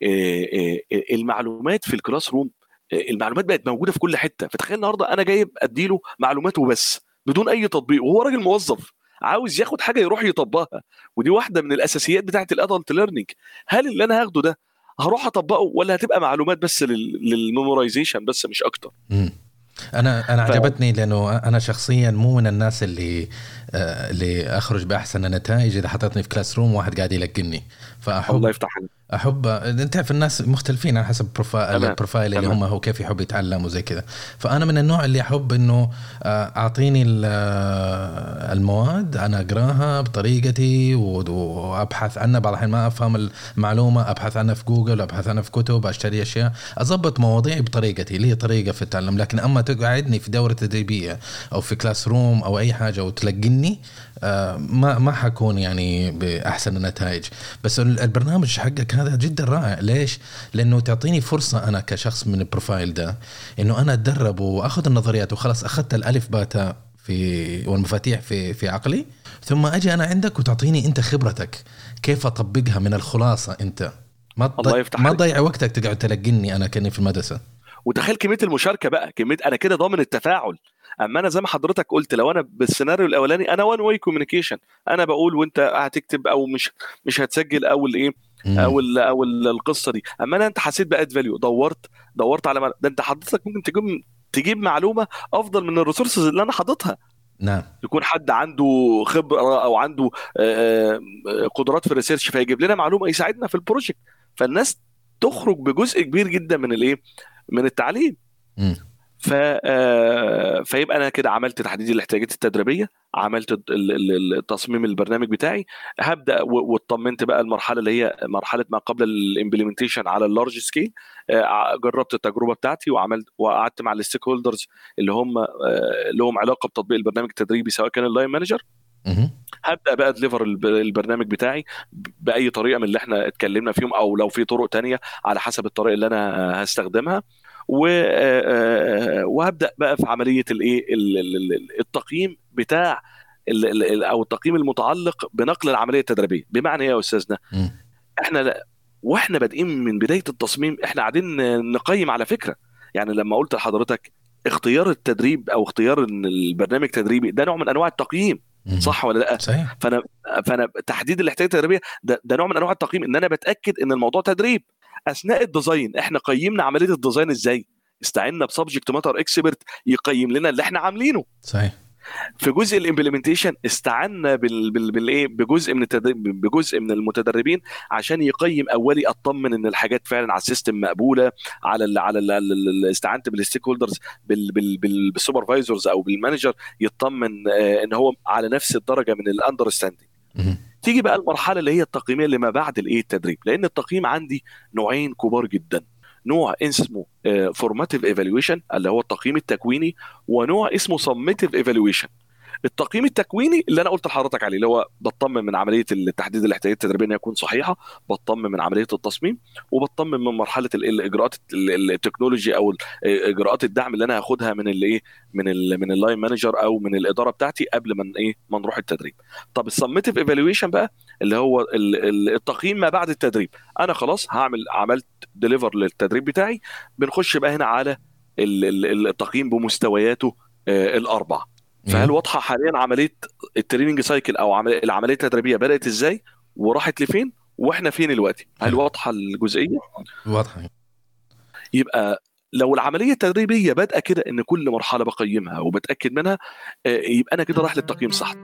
المعلومات في الكلاس روم. المعلومات بقت موجوده في كل حته، فتخيل النهارده انا جايب اديله معلومات وبس بدون اي تطبيق، وهو راجل موظف عاوز ياخد حاجه يروح يطبقها، ودي واحده من الاساسيات بتاعه الادلت ليرنينج. هل اللي انا هاخده ده هروح اطبقه ولا هتبقى معلومات بس للميمورايزيشن بس مش اكتر؟ انا عجبتني لانه انا شخصيا مو من الناس اللي اخرج باحسن النتائج اذا حطيتني في كلاس روم واحد قاعد يلقني. فاحب الله يفتح عليك، احب انت تعرف الناس مختلفين على حسب البروفايل اللي هم هو كيف يحب يتعلم وزي كذا. فانا من النوع اللي احب انه اعطيني المواد أنا أقراها بطريقتي وأبحث عنها. بعض الأحيان ما أفهم المعلومة أبحث عنها في جوجل، أبحث عنها في كتب، أشتري أشياء، أضبط مواضيعي بطريقتي، لي طريقة في التعلم. لكن أما تقعدني في دورة تدريبية أو في كلاس روم أو أي حاجة وتلقني ما حكون يعني بأحسن النتائج. بس البرنامج حقك هذا جدا رائع. ليش؟ لأنه تعطيني فرصة أنا كشخص من البروفايل ده إنه أنا أتدرب وأخذ النظريات وخلاص أخذت الألف باتا والمفاتيح في عقلي، ثم أجي أنا عندك وتعطيني أنت خبرتك كيف أطبقها من الخلاصة. أنت ما تضيع وقتك تقعد تلقني أنا كأني في المدرسة. وتخيل كمية المشاركة بقى، كمية أنا كده ضامن التفاعل. أما أنا زي ما حضرتك قلت، لو أنا بالسيناريو الأولاني أنا one way communication، أنا بقول وأنت هتكتب أو مش هتسجل أو الإيه أو القصة دي. أما أنت حسيت بقى فاليو، دورت على ده أنت حضرتك ممكن تجيب معلومة أفضل من الريسورسز اللي أنا حاططها. نعم. يكون حد عنده خبرة أو عنده قدرات في الريسيرش فيجيب لنا معلومة يساعدنا في البروجكت، فالناس تخرج بجزء كبير جدا من التعليم. فيبقى انا كده عملت تحديد الاحتياجات التدريبيه، عملت التصميم البرنامج بتاعي، هبدا واطمنت بقى المرحله اللي هي مرحله ما قبل الامبلمنتيشن على اللارج سكيل. جربت التجربه بتاعتي وقعدت مع الستيك هولدرز اللي هم لهم علاقه بتطبيق البرنامج التدريبي، سواء كان اللاين مانجر. هبدا بقى ادليفر البرنامج بتاعي باي طريقه من اللي احنا اتكلمنا فيهم، او لو في طرق تانية على حسب الطريقه اللي انا هستخدمها. وهبدا بقى في عمليه التقييم بتاع او التقييم المتعلق بنقل العمليه التدريبيه. بمعنى ايه يا استاذنا؟ واحنا بادئين من بدايه التصميم احنا قاعدين نقيم على فكره. يعني لما قلت لحضرتك اختيار التدريب او اختيار البرنامج التدريبي ده نوع من انواع التقييم، صح ولا لا؟ صحيح. فانا تحديد الاحتياجات التدريبيه ده نوع من انواع التقييم، ان انا بتاكد ان الموضوع تدريب. اثناء الديزاين احنا قيمنا عمليه الديزاين ازاي؟ استعنا بسبجكت ماتر اكسبرت يقيم لنا اللي احنا عاملينه. صحيح. في جزء الامبلمنتيشن استعنا بجزء من المتدربين عشان يقيم اولي، اطمن ان الحاجات فعلا على السيستم مقبوله، استعنت بالستيك هولدرز بالسوبرفايزرز او بالمانجر يطمن ان هو على نفس الدرجه من الاندرستاندينج. تيجي بقى المرحله اللي هي التقييميه اللي ما بعد التدريب، لان التقييم عندي نوعين كبار جدا. نوع اسمه فورماتيف ايفالويشن اللي هو التقييم التكويني، ونوع اسمه سميتيف ايفالويشن. التقييم التكويني اللي انا قلت لحضرتك عليه اللي هو بطمن من عمليه التحديد الاحتياجات التدريبيه انها تكون صحيحه، بطمن من عمليه التصميم، وبطمن من مرحله الاجراءات التكنولوجي او اجراءات الدعم اللي انا هاخدها من اللاين مانجر او من الاداره بتاعتي قبل ما نروح التدريب. طب السميتيف ايفالويشن بقى اللي هو التقييم ما بعد التدريب. انا خلاص عملت ديليفر للتدريب بتاعي، بنخش بقى هنا على التقييم بمستوياته الاربعه. فهل واضحه حاليا عمليه التريننج سايكل او العمليه التدريبيه بدات ازاي وراحت لفين واحنا فين دلوقتي؟ هل واضحه الجزئيه؟ واضحه. يبقى لو العمليه التدريبيه بادئه كده ان كل مرحله بقيمها وبتاكد منها، يبقى انا كده رايح للتقييم صح.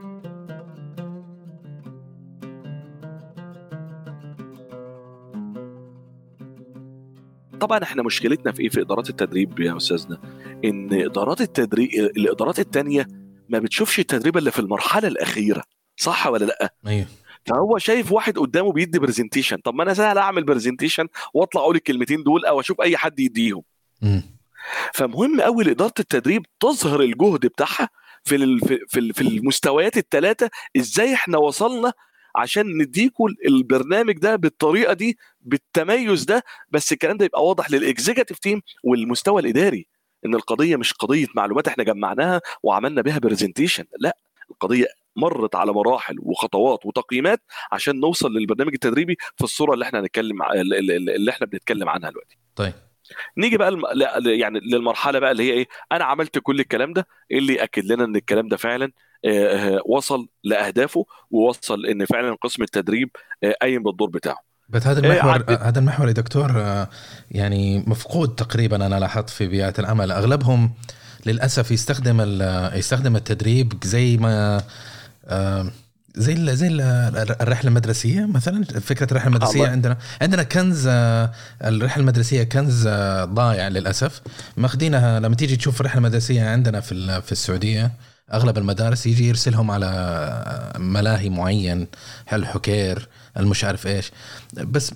طبعا احنا مشكلتنا في ايه في ادارات التدريب يا استاذنا؟ ان الادارات التانية ما بتشوفش التدريب اللي في المرحله الاخيره، صح ولا لا؟ ايوه. فهو شايف واحد قدامه بيدي برزنتيشن، طب ما انا سهل اعمل برزنتيشن واطلع اقول الكلمتين دول او اشوف اي حد يديهم. فمهم قوي لاداره التدريب تظهر الجهد بتاعها في المستويات الثلاثه، ازاي احنا وصلنا عشان نديكوا البرنامج ده بالطريقه دي بالتميز ده. بس الكلام ده يبقى واضح للاكزيكتيف تيم والمستوى الاداري ان القضيه مش قضيه معلومات احنا جمعناها وعملنا بها برزنتيشن، لا، القضيه مرت على مراحل وخطوات وتقييمات عشان نوصل للبرنامج التدريبي في الصوره اللي احنا بنتكلم عنها دلوقتي. طيب نيجي بقى يعني للمرحله بقى اللي هي ايه؟ انا عملت كل الكلام ده، ايه اللي ياكد لنا ان الكلام ده فعلا وصل لاهدافه ووصل ان فعلا قسم التدريب قايم بالدور بتاعه. بس هذا المحور يا دكتور يعني مفقود تقريبا. انا لاحظت في بيئات العمل اغلبهم للاسف يستخدم التدريب زي ما زي الرحله المدرسيه مثلا. فكره الرحله المدرسيه عندنا كنز، الرحله المدرسيه كنز ضايع للاسف. ماخذينها لما تيجي تشوف الرحله المدرسيه عندنا في السعوديه اغلب المدارس يجي يرسلهم على ملاهي معين، الحكير المش عارف ايش، بس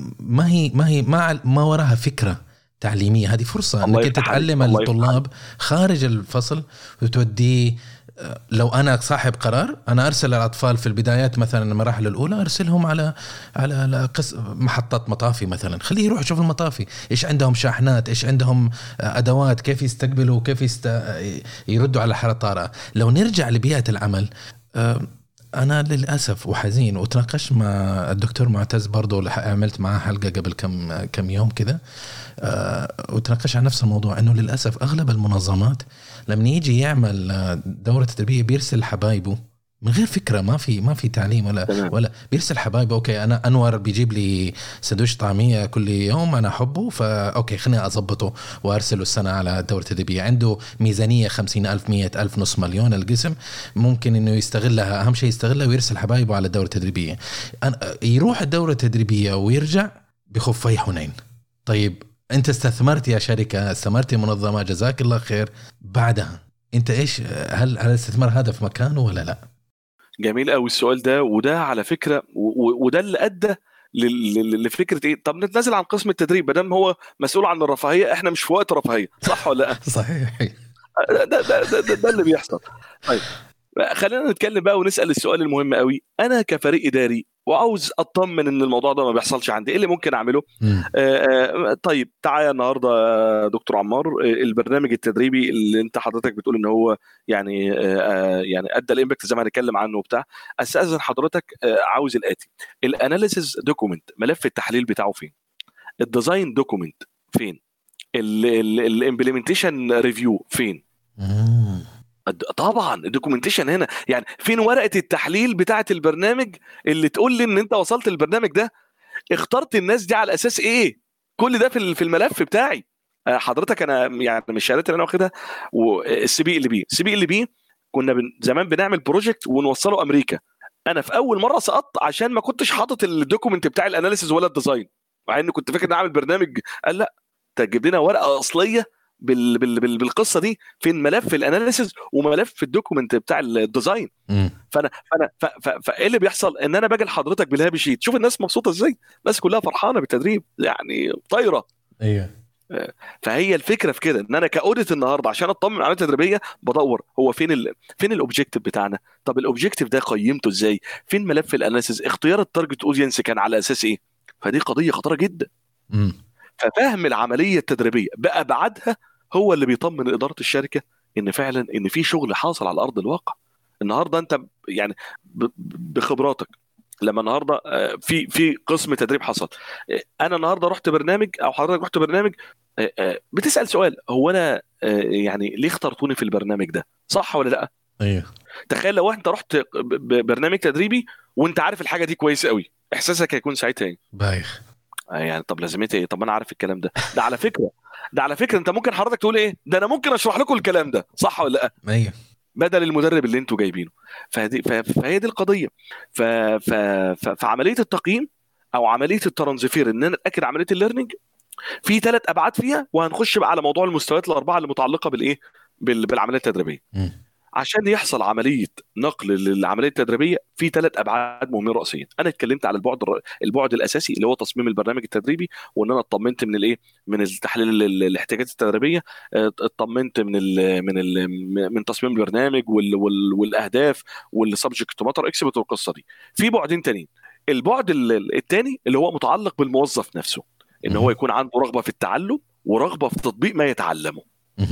ما وراها فكره تعليميه. هذه فرصه انك تتعلم الطلاب خارج الفصل وتوديه. لو انا صاحب قرار انا ارسل الاطفال في البدايات مثلا المراحل الاولى ارسلهم على محطات مطافي مثلا، خليه يروح يشوف المطافي ايش عندهم شاحنات، ايش عندهم ادوات، كيف يستقبلوا، كيف يردوا على حالة طارئة. لو نرجع لبيئة العمل، انا للاسف وحزين، وتناقشت مع الدكتور معتز برضو، عملت معاه حلقة قبل كم يوم كذا، وتناقش عن نفس الموضوع، انه للاسف اغلب المنظمات لما يجي يعمل دورة تدريبية بيرسل حبايبه من غير فكرة، ما في تعليم ولا بيرسل حبايبه. اوكي انا انور بيجيب لي سندويش طعمية كل يوم انا احبه، فاوكي خليني اضبطه وارسله السنة على دورة تدريبية. عنده ميزانية 50,000 100,000 نص مليون القسم، ممكن انه يستغلها، اهم شيء يستغلها ويرسل حبايبه على الدورة التدريبية. يروح الدورة التدريبية ويرجع بخفي حنين. طيب انت استثمرت يا شركة، استثمرت يا منظمة، جزاك الله خير، بعدها انت ايش؟ هل الاستثمار هذا في مكانه ولا لا؟ جميل قوي السؤال ده، وده على فكرة وده اللي ادى لفكرة ايه، طب نتنازل عن قسم التدريب بدل هو مسؤول عن الرفاهية، احنا مش في وقت رفاهية، صح ولا لا؟ صحيح. ده اللي بيحصل. طيب خلينا نتكلم بقى ونسأل السؤال المهم قوي. انا كفريق اداري وعاوز اطمن ان الموضوع ده ما بيحصلش عندي، ايه اللي ممكن اعمله؟ طيب تعالى النهارده دكتور عمار، البرنامج التدريبي اللي انت حضرتك بتقول ان هو يعني يعني ادى الامباكت زي ما هنتكلم عنه وبتاع، استاذن حضرتك عاوز الاتي: الاناليسيس دوكيمنت، ملف التحليل بتاعه فين؟ الديزاين دوكيمنت فين؟ الامبلمنتيشن ريفيو فين؟ طبعا الدوكيومنتيشن هنا، يعني فين ورقه التحليل بتاعه البرنامج اللي تقول لي ان انت وصلت البرنامج ده، اخترت الناس دي على اساس ايه؟ كل ده في الملف بتاعي. حضرتك انا يعني من الشهادات اللي انا واخدها والسي بي ال بي كنا زمان بنعمل بروجكت ونوصله امريكا. انا في اول مره سقطت عشان ما كنتش حاطط الدوكيومنت بتاع الاناليسيز ولا الديزاين، مع اني كنت فاكر ان اعمل برنامج. قال لا، تجيب لنا ورقه اصليه بالقصه دي، فين ملف الاناليسيز وملف الدوكيومنت بتاع الديزاين. فانا ايه اللي بيحصل؟ ان انا باجي لحضرتك بالهابي شيت، شوف الناس مبسوطه ازاي، الناس كلها فرحانه بالتدريب، يعني طايره. ايوه. فهي الفكره في كده، ان انا كاوديت النهارده عشان اطمن على التدريبيه بدور هو فين الاوبجيكتيف بتاعنا، طب الاوبجيكتيف ده قيمته ازاي، فين ملف الاناليسيز، اختيار التارجت اودينس كان على اساس ايه. فدي قضيه خطيره جدا. ففهم العمليه التدريبيه بأبعادها هو اللي بيطمن اداره الشركه ان فعلا ان في شغل حاصل على ارض الواقع. النهارده انت يعني بخبراتك، لما النهارده في قسم تدريب حصل، انا النهارده رحت برنامج او حضرتك رحت برنامج، بتسال سؤال: هو انا يعني ليه اخترتوني في البرنامج ده، صح ولا لا؟ ايوه. تخيل لو انت رحت برنامج تدريبي وانت عارف الحاجه دي كويس قوي، احساسك هيكون ساعتها ايه؟ بايخ. يعني طب لازمتها ايه؟ طب انا عارف الكلام ده. ده على فكره انت ممكن حضرتك تقول ايه، ده انا ممكن اشرح لكم الكلام ده، صح ولا لا؟ ايوه. بدل المدرب اللي انتوا جايبينه. فهي دي القضيه. فعمليه التقييم او عمليه الترانزفير، ان انا اتاكد عمليه الليرنينج في 3 ابعاد فيها، وهنخش بقى على موضوع المستويات الاربعه اللي متعلقه بالايه، بالعمليه التدريبيه. عشان يحصل عمليه نقل للعمليه التدريبيه في 3 ابعاد مهمين رئيسيين. انا اتكلمت على البعد الاساسي اللي هو تصميم البرنامج التدريبي، وان انا اطمنت من الايه، من التحليل الاحتياجات التدريبيه، اطمنت من تصميم البرنامج والاهداف والسبجكت ماتر اكسبت والقصه دي. في بعدين تانيين. البعد الثاني اللي هو متعلق بالموظف نفسه، ان هو يكون عنده رغبه في التعلم ورغبه في تطبيق ما يتعلمه.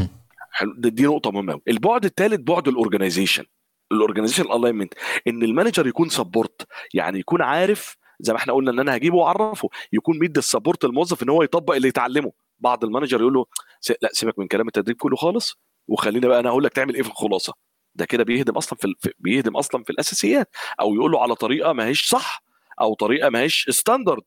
دي نقطه مهمه قوي. البعد الثالث بعد الاورجنايزيشن الالاينمنت، ان المانجر يكون سبورت، يعني يكون عارف زي ما احنا قلنا ان انا هجيبه واعرفه، يكون مدي السبورت للموظف ان هو يطبق اللي يتعلمه. بعض المانجر يقول له لا سيبك من كلام التدريب كله خالص، وخلينا بقى انا هقول لك تعمل ايه في الخلاصه. ده كده بيهدم اصلا في الاساسيات، او يقول له على طريقه ما هيش صح، او طريقه ما هيش ستاندرد،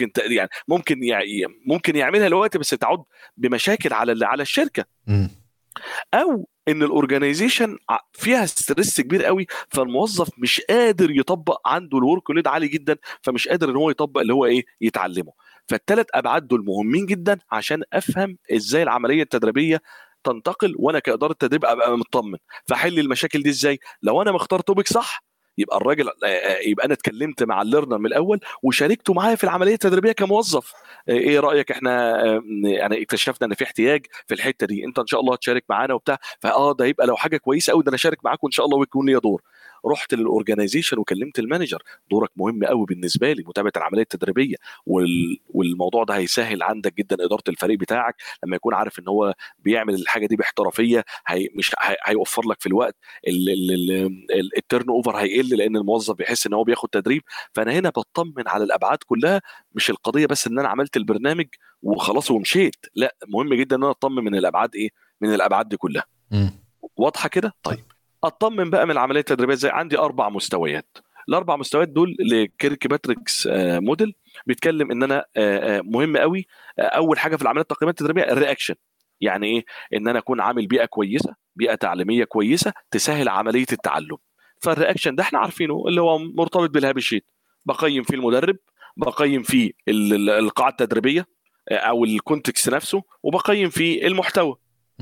ممكن يعملها دلوقتي بس تعود بمشاكل على الشركه. او ان الاورجنايزيشن فيها ستريس كبير قوي، فالموظف مش قادر يطبق، عنده الورك لود عالي جدا، فمش قادر ان هو يطبق اللي هو ايه يتعلمه. فالثلاث ابعاد دول مهمين جدا عشان افهم ازاي العمليه التدريبيه تنتقل، وانا كاداره تدريب ابقى مطمن. فحل المشاكل دي ازاي؟ لو انا مختار توبك صح، يبقى الراجل يبقى انا اتكلمت مع الليرنر من الاول وشاركته معايا في العمليه التدريبيه كموظف. ايه رايك؟ احنا يعني اكتشفنا ان في احتياج في الحته دي، انت ان شاء الله هتشارك معانا وبتاع. ده يبقى لو حاجه كويسه قوي، ده انا اشارك معاك وان شاء الله ويكون لي دور. رحت للاورجنايزيشن وكلمت المانجر، دورك مهم قوي بالنسبه لي، متابعه العمليه التدريبيه، والموضوع ده هيسهل عندك جدا اداره الفريق بتاعك لما يكون عارف ان هو بيعمل الحاجه دي باحترافيه. مش هيوفر لك في الوقت، التيرن اوفر هيقل لان الموظف بيحس ان هو بياخد تدريب. فانا هنا بطمن على الابعاد كلها، مش القضيه بس ان انا عملت البرنامج وخلاص ومشيت، لا، مهم جدا ان انا اطمن من الابعاد، ايه، من الابعاد دي كلها. واضحه كده؟ طيب اطمن بقى من العمليه التدريبيه ازاي؟ عندي 4 مستويات. الاربع مستويات دول لكيرك باتريكس موديل، بيتكلم ان انا مهم قوي اول حاجه في العمليه التقييميه التدريبيه الرياكشن. يعني ايه؟ ان انا اكون عامل بيئه كويسه، بيئه تعليميه كويسه تسهل عمليه التعلم. فالرياكشن ده احنا عارفينه اللي هو مرتبط بالهابي شيت، بقيم فيه المدرب، بقيم فيه القاعه التدريبيه او الكونتكست نفسه، وبقيم فيه المحتوى.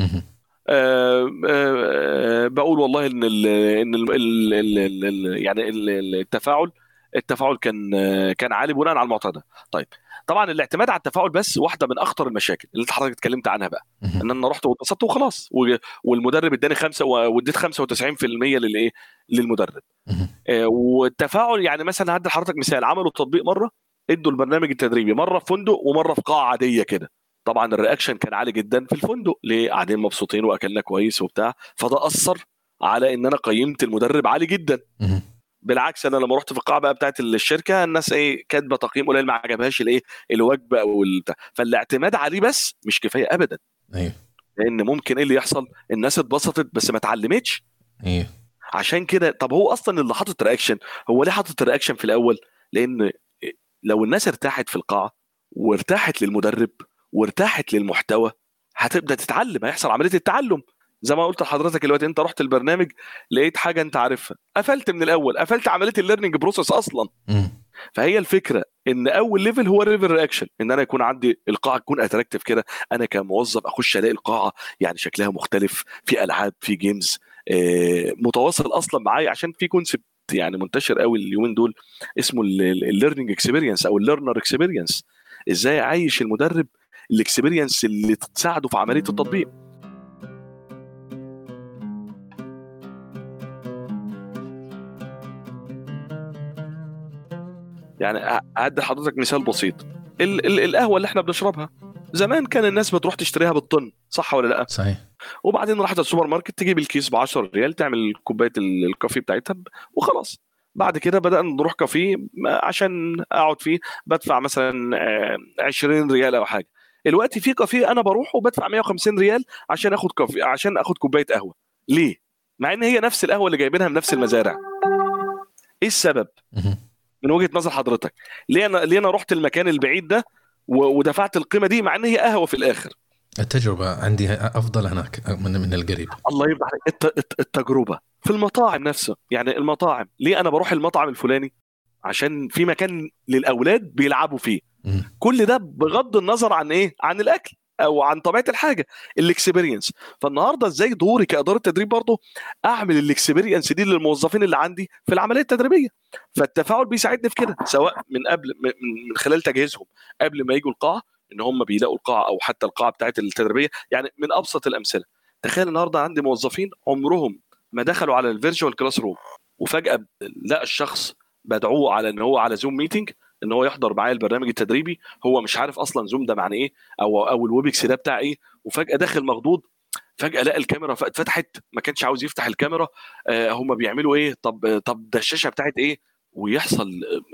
بقول والله ان يعني التفاعل كان عالي بناء على المعطى ده. طيب طبعا الاعتماد على التفاعل بس واحده من اخطر المشاكل اللي انت حضرتك اتكلمت عنها بقى، ان انا رحت واتبسطت وخلاص والمدرب اداني 5 واديت 95% للايه، للمدرب. والتفاعل يعني مثلا هدي لحضرتك مثال، عملوا تطبيق مره، ادوا البرنامج التدريبي مره في فندق ومره في قاعه عاديه كده. طبعا الرياكشن كان عالي جدا في الفندق، ليه؟ قاعدين مبسوطين واكلنا كويس وبتاع، فده اثر على ان انا قيمت المدرب عالي جدا. بالعكس انا لما رحت في القاعه بقى بتاعت الشركه، الناس ايه، كاتبه تقييم قليل، ما عجبهاش الايه، الوجبه او البتاع. فالاعتماد عليه بس مش كفايه ابدا. ايوه، لان ممكن ايه اللي يحصل؟ الناس اتبسطت بس ما اتعلمتش. ايوه. عشان كده طب هو اصلا اللي حاطط رياكشن، هو ليه حاطط رياكشن في الاول؟ لان لو الناس ارتاحت في القاعه وارتاحت للمدرب وارتاحت للمحتوى، هتبدا تتعلم، هيحصل عمليه التعلم. زي ما قلت لحضرتك دلوقتي، انت رحت البرنامج لقيت حاجه انت عارفها، قفلت من الاول، قفلت عمليه الليرنينج بروسيس اصلا. فهي الفكره ان اول ليفل هو ليفل رياكشن، ان انا يكون عندي القاعه تكون اتراكتيف كده، انا كموظف اخش الاقي القاعه يعني شكلها مختلف، في العاب، في جيمز، متواصل اصلا معايا. عشان في كونسبت يعني منتشر قوي اليومين دول اسمه الليرنينج اكسبيرينس او الليرنر اكسبيرينس، ازاي اعيش المدرب الاكسبيرينس اللي تساعده في عمليه التطبيق. يعني هدي لحضرتك مثال بسيط، القهوه اللي احنا بنشربها زمان كان الناس بتروح تشتريها بالطن، صح ولا لا؟ صحيح. وبعدين راحت السوبر ماركت تجيب الكيس ب 10 ريال، تعمل كوبايه الكافي بتاعتها وخلاص. بعد كده بدأنا نروح كافيه عشان اقعد فيه بدفع مثلا 20 ريال او حاجه. دلوقتي في كافيه انا بروح وبدفع 150 ريال عشان اخد كافي، عشان اخد كوبايه قهوه. ليه؟ مع ان هي نفس القهوه اللي جايبينها من نفس المزارع. ايه السبب؟ من وجهه نظر حضرتك ليه انا رحت المكان البعيد ده ودفعت القيمه دي مع ان هي قهوه في الاخر؟ التجربه عندي افضل هناك من القريب. الله يفتح عليك. التجربه في المطاعم نفسها، يعني المطاعم، ليه انا بروح المطعم الفلاني؟ عشان في مكان للاولاد بيلعبوا فيه. كل ده بغض النظر عن ايه، عن الاكل او عن طبيعه الحاجه، الاكسبيرينس. فالنهارده ازاي دوري كاداره تدريب برضه اعمل الاكسبيرينس دي للموظفين اللي عندي في العمليه التدريبيه. فالتفاعل بيساعدني في كده، سواء من قبل، من خلال تجهيزهم قبل ما يجوا القاعه، ان هم بيلاقوا القاعه او حتى القاعه بتاعت التدريبيه. يعني من ابسط الامثله، تخيل النهارده عندي موظفين عمرهم ما دخلوا على الفيرتشوال كلاس روم، وفجاه لقى الشخص بدعوه على ان هو على زوم ميتنج ان هو يحضر معايا البرنامج التدريبي، هو مش عارف اصلا زوم ده معنى ايه او الويبكس ده بتاع ايه، وفجاه داخل مخضوض، فجاه لقى الكاميرا اتفتحت، ما كانش عاوز يفتح الكاميرا. هم بيعملوا ايه؟ طب ده الشاشه بتاعت ايه؟ ويحصل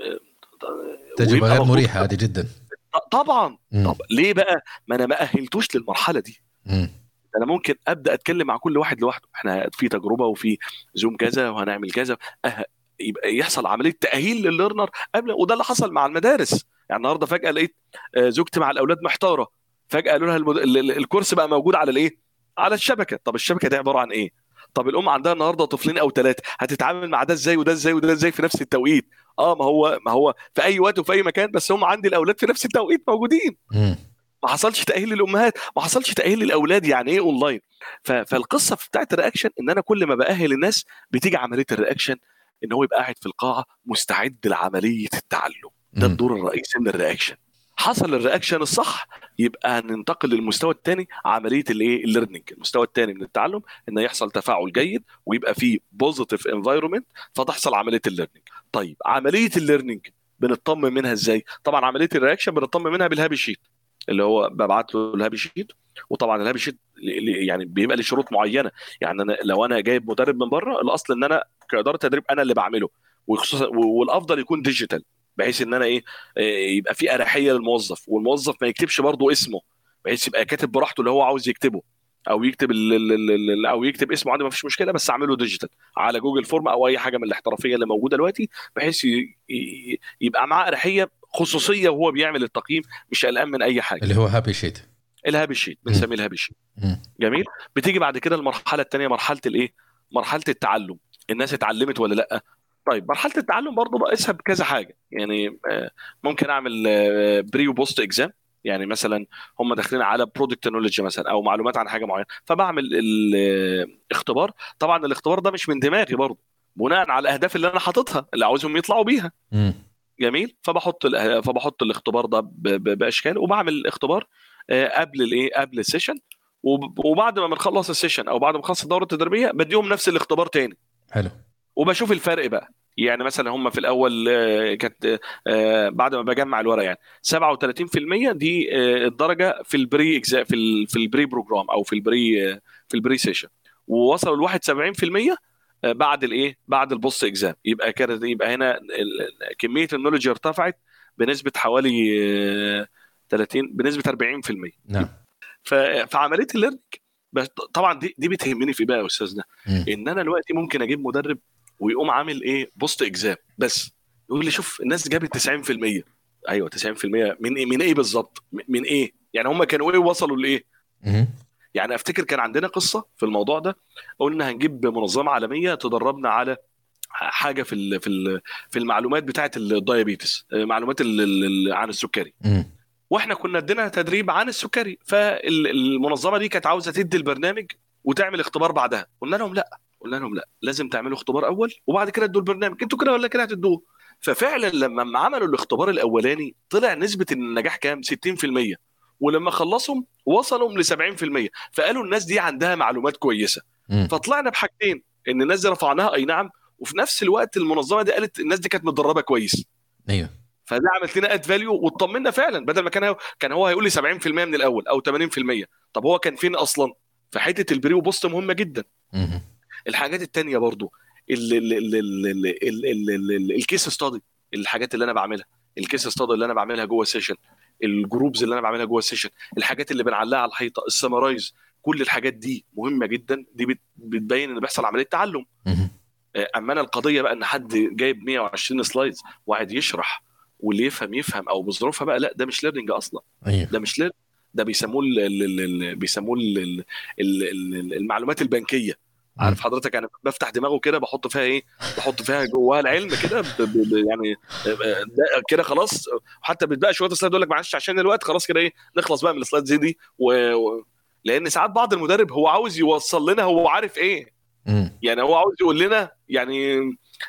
تجربه غير مريحه هذه جدا طبعا. طب ليه بقى؟ ما انا ما اهلتوش للمرحله دي. انا ممكن ابدا اتكلم مع كل واحد لوحده، احنا في تجربه وفي زوم كذا وهنعمل كذا، يبقى يحصل عمليه تاهيل للليرنر قبل. وده اللي حصل مع المدارس. يعني النهارده فجاه لقيت زوجتي مع الاولاد محتاره، فجاه قالوا لها الكورس بقى موجود على الايه، على الشبكه. طب الشبكه دي عباره عن ايه؟ طب الام عندها النهارده طفلين او 3، هتتعامل مع ده ازاي وده ازاي وده ازاي في نفس التوقيت؟ ما هو في اي وقت وفي اي مكان، بس هم عندي الاولاد في نفس التوقيت موجودين. ما حصلش تاهيل للامهات، ما حصلش تاهيل للاولاد. يعني ايه اونلاين؟ فالقصه بتاعت الرياكشن ان انا كل ما باهل الناس بتيجي عمليه الرياكشن، ان هو يبقى قاعد في القاعه مستعد لعمليه التعلم. ده الدور الرئيسي من الرياكشن. حصل الرياكشن الصح، يبقى هننتقل للمستوى الثاني، عمليه الايه، الليرنينج. المستوى الثاني من التعلم ان يحصل تفاعل جيد ويبقى فيه بوزيتيف انفايرمنت، فتحصل عمليه الليرنينج. طيب عمليه الليرنينج بنطمن منها ازاي؟ طبعا عمليه الرياكشن بنطمن منها بالهابي شيت، اللي هو ببعت له الهابي شيت. وطبعا الهابي شيت يعني بيبقى له شروط معينه. يعني أنا لو انا جايب مدرب من بره، الاصل ان انا كاداره تدريب انا اللي بعمله، وخصوصا والافضل يكون ديجيتال، بحيث ان انا ايه، يبقى في اريحيه للموظف، والموظف ما يكتبش برضه اسمه، بحيث يبقى كاتب براحته اللي هو عاوز يكتبه، او يكتب او يكتب اسمه عندي، ما فيش مشكله، بس اعمله ديجيتال على جوجل فورم او اي حاجه من الاحترافيه اللي موجوده دلوقتي، بحيث يبقى معاه اريحيه، خصوصيه وهو بيعمل التقييم، مش قلقان من اي حاجه. اللي هو هابي شيت. الهابي شيت بنسميه الهابي شيت. جميل. بتيجي بعد كده المرحله الثانيه، مرحله الايه، مرحله التعلم. الناس اتعلمت ولا لا؟ طيب مرحله التعلم برضه بقيسها بكذا حاجه. يعني ممكن اعمل بري وبوست اكزام. يعني مثلا هم داخلين على برودكت نوليدج مثلا، او معلومات عن حاجه معينه، فبعمل الاختبار. طبعا الاختبار ده مش من دماغي برضه، بناء على الاهداف اللي انا حاططها اللي عاوزهم يطلعوا بيها. جميل. فبحط الاختبار ده باشكال، وبعمل الاختبار قبل الايه، قبل السيشن. وبعد ما بنخلص السيشن او بعد ما نخلص الدوره التدريبيه بديهم نفس الاختبار تاني. حلو. وبشوف الفرق بقى. يعني مثلا هم في الاول كانت بعد ما بجمع الورق يعني 37% دي الدرجه في البري في البري بروجرام، او في البري سيشن. ووصلوا ل 71% بعد الايه، بعد البوست اكزام. يبقى هنا كميه النولج ارتفعت بنسبه حوالي 30، بنسبه 40%. نعم. فعمليه الليرنينج طبعا دي بتهمني في بقى يا استاذنا، ان انا دلوقتي ممكن اجيب مدرب ويقوم عامل ايه، بوست اكزام بس، يقول لي شوف الناس جابت 90%. ايوه 90% من ايه، من ايه بالظبط، من ايه يعني، هم كانوا ايه، وصلوا لايه؟ يعني افتكر كان عندنا قصه في الموضوع ده، قلنا هنجيب منظمه عالميه تدربنا على حاجه في المعلومات بتاعه الدايابيتس، معلومات عن السكري. واحنا كنا ادينا تدريب عن السكري، فالمنظمه دي كانت عاوزه تدي البرنامج وتعمل اختبار بعدها. قلنا لهم لا، لازم تعملوا اختبار اول وبعد كده ادوا البرنامج، انتوا كده ولا كده هتدوه. ففعلا لما عملوا الاختبار الاولاني طلع نسبه النجاح كام، 60%. ولما خلصهم وصلوا ل 70%. فقالوا الناس دي عندها معلومات كويسه. فطلعنا بحاجتين، ان الناس دي رفعناها اي نعم، وفي نفس الوقت المنظمه دي قالت الناس دي كانت متدربه كويس. ايوه. فده عملت لنا اد فاليو، واطمنا فعلا، بدل ما كان هو هيقول لي 70% من الاول او 80%. طب هو كان فين اصلا؟ في حته البري وبوست مهمه جدا. الحاجات التانية برضو الكيس ستادي، الحاجات اللي انا بعملها، الكيس ستادي اللي انا بعملها جوه السيشن، الجروبز اللي انا بعملها جوه السيشن، الحاجات اللي بنعلقها على الحيطه، السمرايز، كل الحاجات دي مهمه جدا. دي بتبين ان بيحصل عمليه تعلم. اما انا القضيه بقى ان حد جايب 120 سلايدز وقاعد يشرح، واللي يفهم او بظروفها بقى، لا ده مش ليرنينج اصلا. ده مش ليرنينج، ده بيسموه المعلومات البنكيه. عارف حضرتك، انا بفتح دماغه كده بحط فيها ايه، بحط فيها جواها العلم كده يعني كده خلاص. حتى بتبقى شويه سلايد يقول لك معلش عشان الوقت خلاص كده ايه، نخلص بقى من السلايد زي دي لان ساعات بعض المدرب هو عاوز يوصل لنا هو عارف ايه. يعني هو عاوز يقول لنا يعني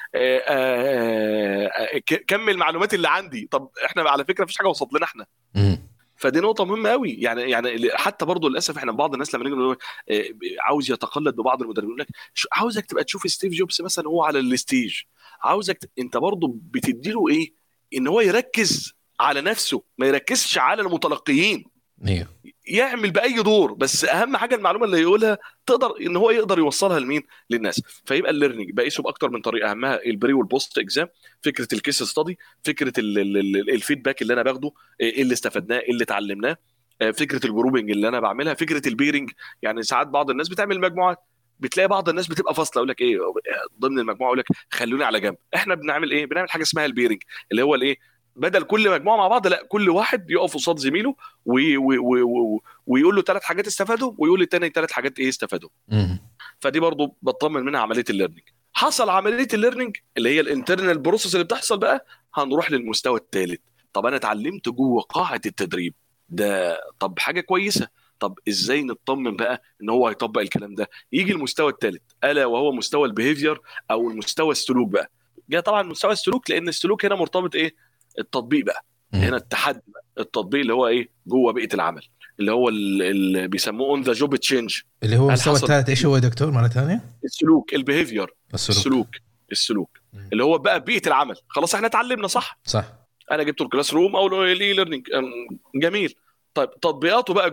كم المعلومات اللي عندي. طب احنا على فكره مفيش حاجه وصلت لنا احنا. فدي نقطه مهمه قوي. يعني حتى برضو للاسف احنا بعض الناس لما نيجي نقول عاوز يتقلد ببعض المدربين، يقول لك عاوزك تبقى تشوف ستيف جوبز مثلا هو على الستيج، عاوزك انت برضو بتدي له ايه، ان هو يركز على نفسه، ما يركزش على المتلقيين. يعمل باي دور، بس اهم حاجه المعلومه اللي يقولها تقدر ان هو يقدر يوصلها لمين، للناس. فيبقى الليرنينج بقيسه باكتر من طريقه، اهمها البري والبوست اكزام، فكره الكيس ستادي، فكره الفيدباك اللي انا باخده، ايه اللي استفدناه، ايه اللي اتعلمناه، فكره الجروبنج اللي انا بعملها، فكره البيرنج. يعني ساعات بعض الناس بتعمل مجموعات، بتلاقي بعض الناس بتبقى فاصله، يقول لك ايه ضمن المجموعه، يقول لك خلوني على جنب. احنا بنعمل ايه، بنعمل حاجه اسمها البيرنج، اللي هو الايه، بدل كل مجموعه مع بعض، لا كل واحد يقف قصاد زميله ويقول له 3 حاجات استفادوا، ويقول للتاني 3 حاجات ايه استفادوا. فدي برضو بطمن منها عمليه الليرنينج. حصل عمليه الليرنينج اللي هي الانترنال بروسيس اللي بتحصل بقى، هنروح للمستوى الثالث. طب انا اتعلمت جوه قاعه التدريب، ده طب حاجه كويسه. طب ازاي نطمن بقى ان هو هيطبق الكلام ده؟ يجي المستوى الثالث الا وهو مستوى البيهيفير او المستوى السلوك بقى. جاء طبعا مستوى السلوك لان السلوك هنا مرتبط ايه؟ التطبيق بقى. هنا التحدي بقى. التطبيق اللي هو ايه؟ جوه بيئه العمل، اللي هو اللي بيسموه اون ذا جوب تشينج. اللي هو المستوى الثالث ايش هو يا دكتور مره ثانيه؟ السلوك، البيهيفير، السلوك اللي هو بقى بيئه العمل. خلاص احنا اتعلمنا صح. انا جبت الكلاس روم او الاي ليرنينج، جميل. طيب تطبيقاته بقى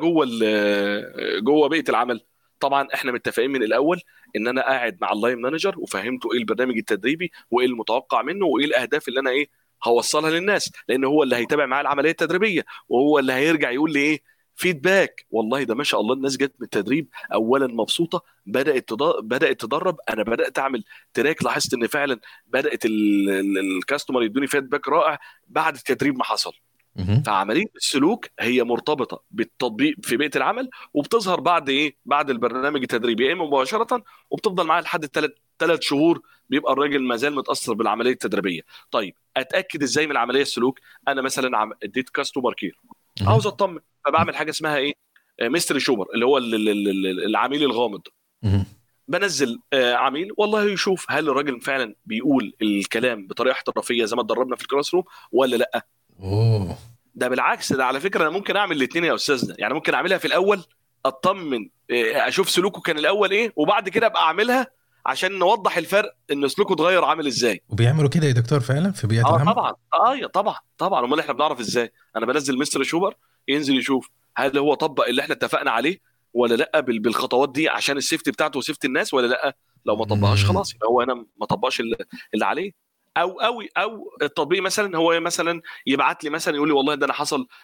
جوه بيئه العمل. طبعا احنا متفقين من الاول ان انا قاعد مع اللاين مانجر وفهمته ايه البرنامج التدريبي وايه المتوقع منه وايه الاهداف اللي انا ايه هوصلها للناس، لان هو اللي هيتابع معايا العمليه التدريبيه وهو اللي هيرجع يقول لي ايه فيدباك. والله ده ما شاء الله الناس جت من التدريب اولا مبسوطه، بدات تدرب، انا بدات اعمل تراك، لاحظت ان فعلا بدات الكاستمر يدوني فيدباك رائع بعد التدريب ما حصل. فعمليه السلوك هي مرتبطه بالتطبيق في بيئه العمل، وبتظهر بعد ايه؟ بعد البرنامج التدريبي، يا اما مباشره وبتفضل معاه لحد 3 شهور، بيبقى الراجل ما زال متاثر بالعمليه التدريبيه. طيب اتاكد ازاي من العمليه السلوك؟ انا مثلا اديت كاستمر كير، عاوز اطمن، فبعمل حاجه اسمها ايه؟ ميستري شوبر، اللي هو العميل الغامض. بنزل عميل والله يشوف هل الراجل فعلا بيقول الكلام بطريقه احترافيه زي ما اتدربنا في الكلاس روم ولا لا. ده بالعكس، ده على فكره انا ممكن اعمل الاثنين يا استاذنا. يعني ممكن اعملها في الاول اطمن، اشوف سلوكه كان الاول ايه، وبعد كده ابقى اعملها عشان نوضح الفرق ان سلوكه اتغير عامل ازاي. وبيعملوا كده يا دكتور فعلا في بيئه العمل؟ طبعا امال احنا بنعرف ازاي؟ انا بنزل مستر شوبر ينزل يشوف هل هو طبق اللي احنا اتفقنا عليه ولا لا بالخطوات دي عشان السيفتي بتاعته وسيفتي الناس ولا لا. لو ما طبقهاش خلاص يبقى هو هنا ما طبقش اللي عليه. او التطبيق مثلا هو مثلا يبعت لي مثلا يقول لي والله ده انا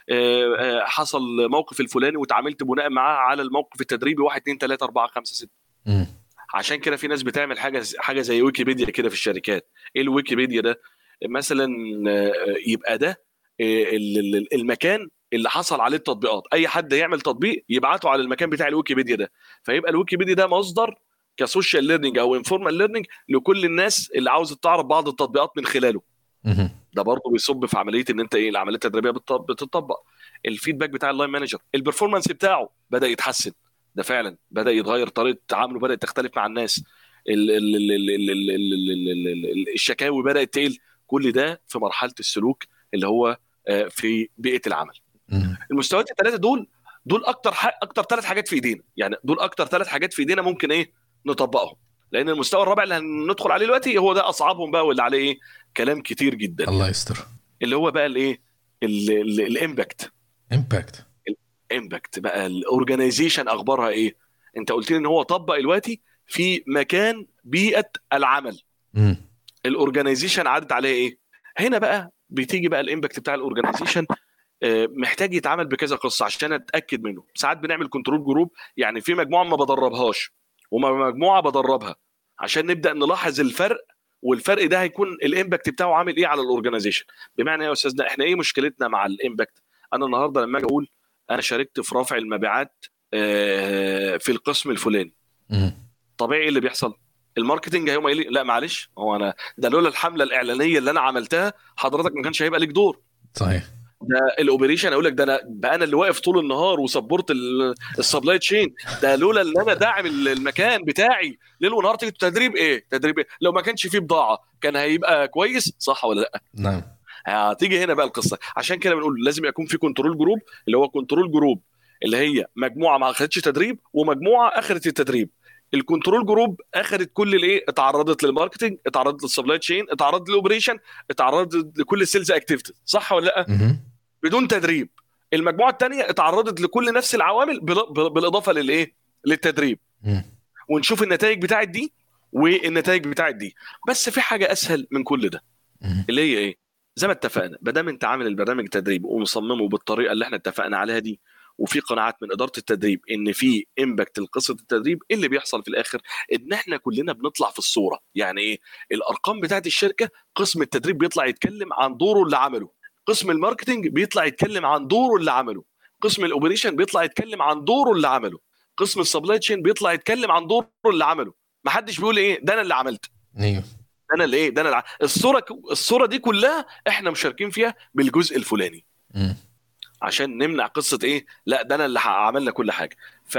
حصل موقف الفلاني وتعاملت بناء معاه على الموقف التدريبي 1 2 3 4 5 6. عشان كده في ناس بتعمل حاجه زي ويكيبيديا كده في الشركات. ايه الويكيبيديا ده؟ مثلا يبقى ده المكان اللي حصل عليه التطبيقات، اي حد يعمل تطبيق يبعته على المكان بتاع الويكيبيديا ده، فيبقى الويكيبيديا ده مصدر كسوشيال ليرنينج او انفورمال ليرنينج لكل الناس اللي عاوزه تعرف بعض التطبيقات من خلاله. ده برضه بيصب في عمليه ان انت ايه العمليه التدريبيه بتطبق. الفيدباك بتاع اللاين مانجر، البرفورمانس بتاعه بدا يتحسن، ده فعلا بدا يتغير، طريقه تعامله بدات تختلف مع الناس، الشكاوي بدات تقل. كل ده في مرحله السلوك اللي هو في بيئه العمل. المستويات الثلاثه دول اكتر 3 حاجات في ايدينا، يعني دول اكتر 3 حاجات في ايدينا ممكن ايه نطبقهم. لان المستوى الرابع اللي هندخل عليه دلوقتي هو ده اصعبهم بقى، واللي عليه ايه كلام كتير جدا. الله يستر. اللي هو بقى الايه الامباكت بقى. الاورجانيزيشن اخبارها ايه؟ انت قلت لي ان هو طبق دلوقتي في مكان بيئه العمل. الاورجانيزيشن عدت عليه ايه؟ هنا بقى بتيجي بقى الامباكت بتاع الاورجانيزيشن. محتاج يتعامل بكذا قصه عشان اتاكد منه. ساعات بنعمل كنترول جروب، يعني في مجموعه ما بدربهاش ومجموعه بدربها عشان نبدا نلاحظ الفرق، والفرق ده هيكون الامباكت بتاعه عامل ايه على الاورجانيزيشن. بمعنى يا استاذنا احنا ايه مشكلتنا مع الامباكت؟ انا النهارده لما اجي اقول انا شاركت في رفع المبيعات في القسم الفلاني، طبيعي اللي بيحصل الماركتنج هيقوم قايل لي لا معلش، هو انا ده لولا الحمله الاعلانيه اللي انا عملتها حضرتك ما كانش هيبقى ليك دور. صحيح. ده الاوبريشن اقول لك ده انا اللي واقف طول النهار وسبورت السبلاي تشين، ده لولا ان انا داعم المكان بتاعي ليل ونهار. تيجي تدريب ايه لو ما كانش فيه بضاعه كان هيبقى كويس، صح ولا لا؟ نعم. هتيجي هنا بقى القصه. عشان كده بنقول لازم يكون في كنترول جروب، اللي هو كنترول جروب اللي هي مجموعه ما اخذتش تدريب ومجموعه اخذت التدريب. الكنترول جروب اخذت كل الايه، اتعرضت للماركتنج، اتعرضت للسبلاي تشين، اتعرضت للاوبريشن، اتعرضت لكل السيلز اكتيفيتي، صح ولا لا؟ بدون تدريب. المجموعه الثانيه اتعرضت لكل نفس العوامل بالاضافه للايه، للتدريب. ونشوف النتائج بتاعت دي والنتائج بتاعت دي. بس في حاجه اسهل من كل ده، اللي هي ايه؟ زي ما اتفقنا، ما دام انت عامل البرنامج التدريب ومصممه بالطريقه اللي احنا اتفقنا عليها دي، وفي قناعات من اداره التدريب ان في امباكت لقصه التدريب، اللي بيحصل في الاخر ان احنا كلنا بنطلع في الصوره. يعني ايه؟ الارقام بتاعت الشركه، قسم التدريب بيطلع يتكلم عن دوره اللي عمله، قسم الماركتنج بيطلع يتكلم عن دوره اللي عمله، قسم الاوبريشن بيطلع يتكلم عن دوره اللي عمله، قسم السبلاي تشين بيطلع يتكلم عن دوره اللي عمله. ما حدش بيقول ايه ده انا اللي عملت، ايوه انا اللي ايه، ده انا الصوره دي كلها احنا مشاركين فيها بالجزء الفلاني. عشان نمنع قصه ايه، لا ده انا اللي عملنا كل حاجه.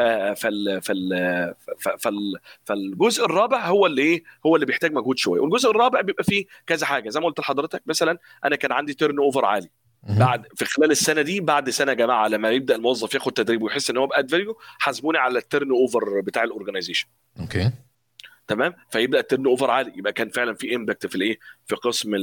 فالجزء الرابع هو اللي ايه، هو اللي بيحتاج مجهود شويه. والجزء الرابع بيبقى فيه كذا حاجه زي ما قلت لحضرتك. مثلا انا كان عندي تيرن اوفر عالي بعد في خلال السنه دي. بعد سنه يا جماعه لما يبدا الموظف ياخد تدريب ويحس ان هو بقى فاليو، حاسبوني على التيرن اوفر بتاع الاورجنايزيشن. اوكي تمام. فيبدا التيرن اوفر عالي، يبقى كان فعلا في امباكت في الايه، في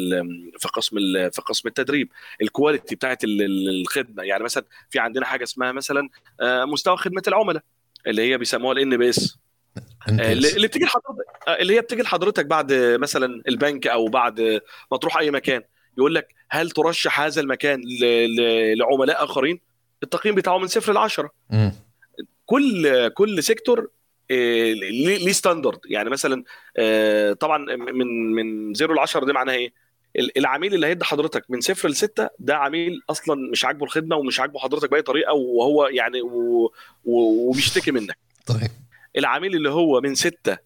قسم التدريب. الكواليتي بتاعت الخدمه. يعني مثلا في عندنا حاجه اسمها مثلا مستوى خدمه العملاء اللي هي بيسموها الان بي اس، اللي بتيجي لحضرتك، اللي هي بتيجي لحضرتك بعد مثلا البنك او بعد ما تروح اي مكان، يقول لك هل ترشح هذا المكان لعملاء اخرين؟ التقييم بتاعه من 0 ل 10. كل سيكتور ليه ستاندرد. يعني مثلا طبعا من 0 ل 10 ده معناها ايه؟ العميل اللي هيدي حضرتك من 0 ل 6 ده عميل اصلا مش عاجبه الخدمه ومش عاجبه حضرتك باي طريقه، وهو يعني وبيشتكي منك. طيب العميل اللي هو من 6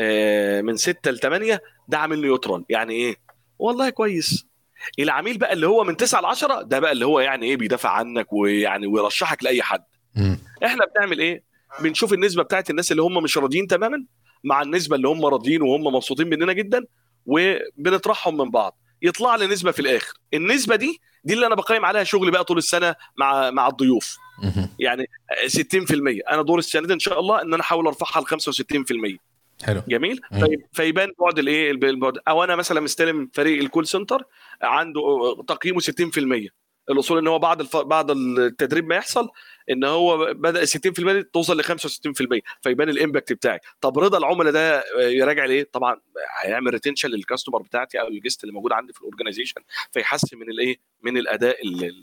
ل 8 ده عامل نيوترال. يعني ايه؟ والله كويس. العميل بقى اللي هو من 9 ل 10 ده بقى اللي هو يعني ايه، بيدافع عنك ويعني ويرشحك لاي حد. احنا بنعمل ايه؟ بنشوف النسبه بتاعت الناس اللي هم مش راضيين تماما مع النسبه اللي هم راضيين وهم مبسوطين مننا جدا، وبنطرحهم من بعض، يطلع لي نسبه في الاخر. النسبه دي اللي انا بقيم عليها شغلي بقى طول السنه مع الضيوف. يعني 60%. انا دور السنه دي ان شاء الله ان انا احاول ارفعها ل 65%. حلو جميل. فيبان بعد الايه، البعد. او انا مثلا مستلم فريق الكول سنتر عنده تقييمه 60%. الاصول ان هو بعد التدريب ما يحصل ان هو بدا 60% توصل ل 65%، فيبان الامباكت بتاعي. طب رضا العملاء ده يراجع ليه؟ طبعا هيعمل ريتنشن للكاستمر بتاعتي او الجست اللي موجود عندي في الاورجنايزيشن، فيحسن من الايه، من الاداء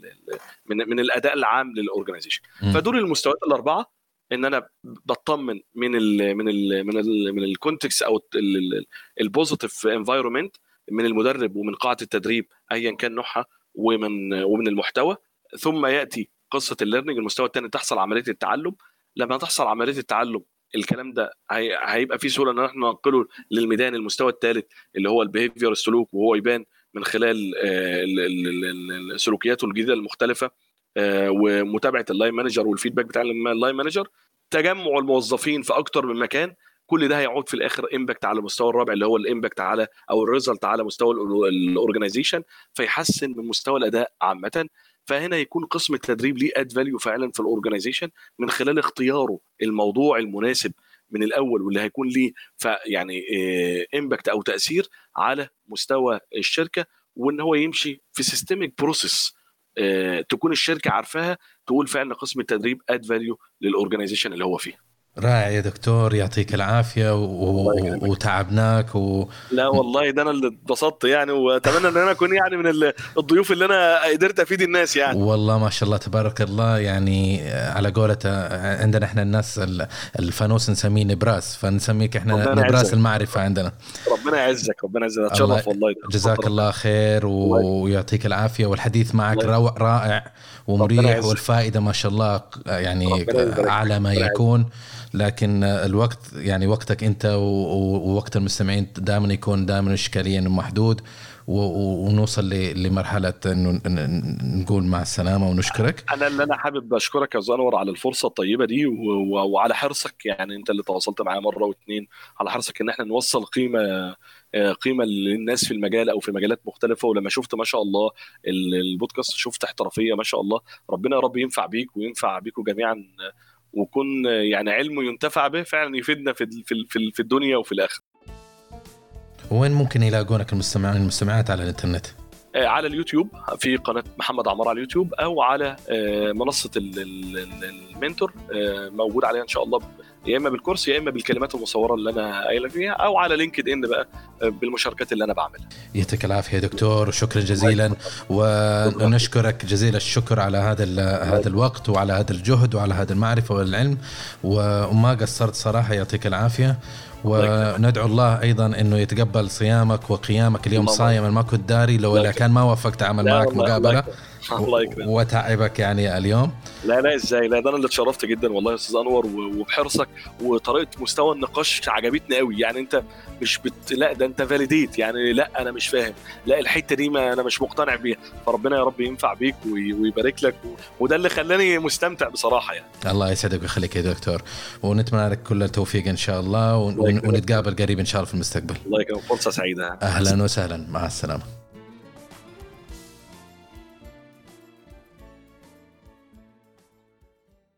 من الاداء العام للاورجنايزيشن. فدول المستويات الاربعه ان انا بطمن من الكونتكست او البوزيتيف انفايرمنت من المدرب ومن قاعه التدريب ايا كان نوعها ومن المحتوى. ثم ياتي قصه الليرنينج، المستوى الثاني، تحصل عمليه التعلم. لما تحصل عمليه التعلم الكلام ده هيبقى فيه سهوله ان احنا ننقله للميدان، المستوى الثالث اللي هو البيهيفير، السلوك، وهو يبان من خلال سلوكياته الجديده المختلفه ومتابعه اللاين مانجر والفيدباك بتاع اللاين مانجر، تجمع الموظفين في اكتر من مكان. كل ده هيعود في الاخر امباكت على المستوى الرابع اللي هو الامباكت على او الريزلت على مستوى الاورجنايزيشن، فيحسن من مستوى الاداء عامه. فهنا يكون قسم التدريب ليه اد فاليو فعلا في الاورجنايزيشن من خلال اختياره الموضوع المناسب من الاول، واللي هيكون ليه يعني امباكت او تاثير على مستوى الشركه، وان هو يمشي في سيستميك بروسيس تكون الشركه عارفاها، تقول فعلا قسم التدريب اد فاليو للاورجنايزيشن اللي هو فيه. رائع يا دكتور، يعطيك العافيه وتعبناك لا والله ده انا اللي اتبسطت يعني، واتمنى ان انا اكون يعني من الضيوف اللي انا قدرت افيد الناس يعني. والله ما شاء الله تبارك الله. يعني على قولة عندنا احنا الناس الفانوس نسميه نبراس، فنسميك احنا نبراس المعرفه عندنا. ربنا يعزك، ربنا يعزك، اتشرف والله. جزاك الله خير ويعطيك العافيه، والحديث معك رائع ومريح، والفائده ما شاء الله يعني اعلى ما يكون. لكن الوقت يعني وقتك انت ووقت المستمعين دائما يكون دائما اشكاليا محدود، ونوصل لمرحله انه نقول مع السلامه ونشكرك. انا حابب اشكرك يا زانور على الفرصه الطيبه دي، وعلى حرصك. يعني انت اللي تواصلت معايا مره واثنين، على حرصك ان احنا نوصل قيمه للناس في المجال او في مجالات مختلفه. ولما شفت ما شاء الله البودكاست شفت احترافيه ما شاء الله. ربنا يا رب ينفع بيك وينفع بيكم جميعا، وكون يعني علمه ينتفع به فعلا، يفيدنا في الدنيا وفي الآخرة. وين ممكن يلاقونك المستمعين والمستمعات على الانترنت؟ على اليوتيوب في قناة محمد عمار على اليوتيوب، أو على منصة المنتور موجود عليها إن شاء الله، يا إما بالكورس يا إما بالكلمات المصورة اللي أنا قايلة فيها، أو على لينكد إن بقى بالمشاركات اللي أنا بعملها. يعطيك العافية يا دكتور، وشكرا جزيلا، ونشكرك جزيل الشكر على هذا الوقت وعلى هذا الجهد وعلى هذا المعرفة والعلم، وما قصرت صراحة. يعطيك العافية، وندعو الله أيضا أنه يتقبل صيامك وقيامك اليوم صايم ما كنت داري لو إلا كان ما وفقت عمل معك مقابلة وتعبك يعني اليوم. لا ازاي، لا ده انا اللي اتشرفت جدا والله يا استاذ انور، وبحرصك وطريقه مستوى النقاش عجبتني قوي. يعني انت مش لا ده انت فاليديت، يعني لا انا مش فاهم، لا الحته دي ما انا مش مقتنع بيها. فربنا يا رب ينفع بيك ويبارك لك، وده اللي خلاني مستمتع بصراحه يعني. الله يسعدك ويخليك يا دكتور، ونتمنى لك كل التوفيق ان شاء الله، ونتقابل قريب ان شاء الله في المستقبل. الله يكرمك، فرصه سعيده. اهلا وسهلا، مع السلامه.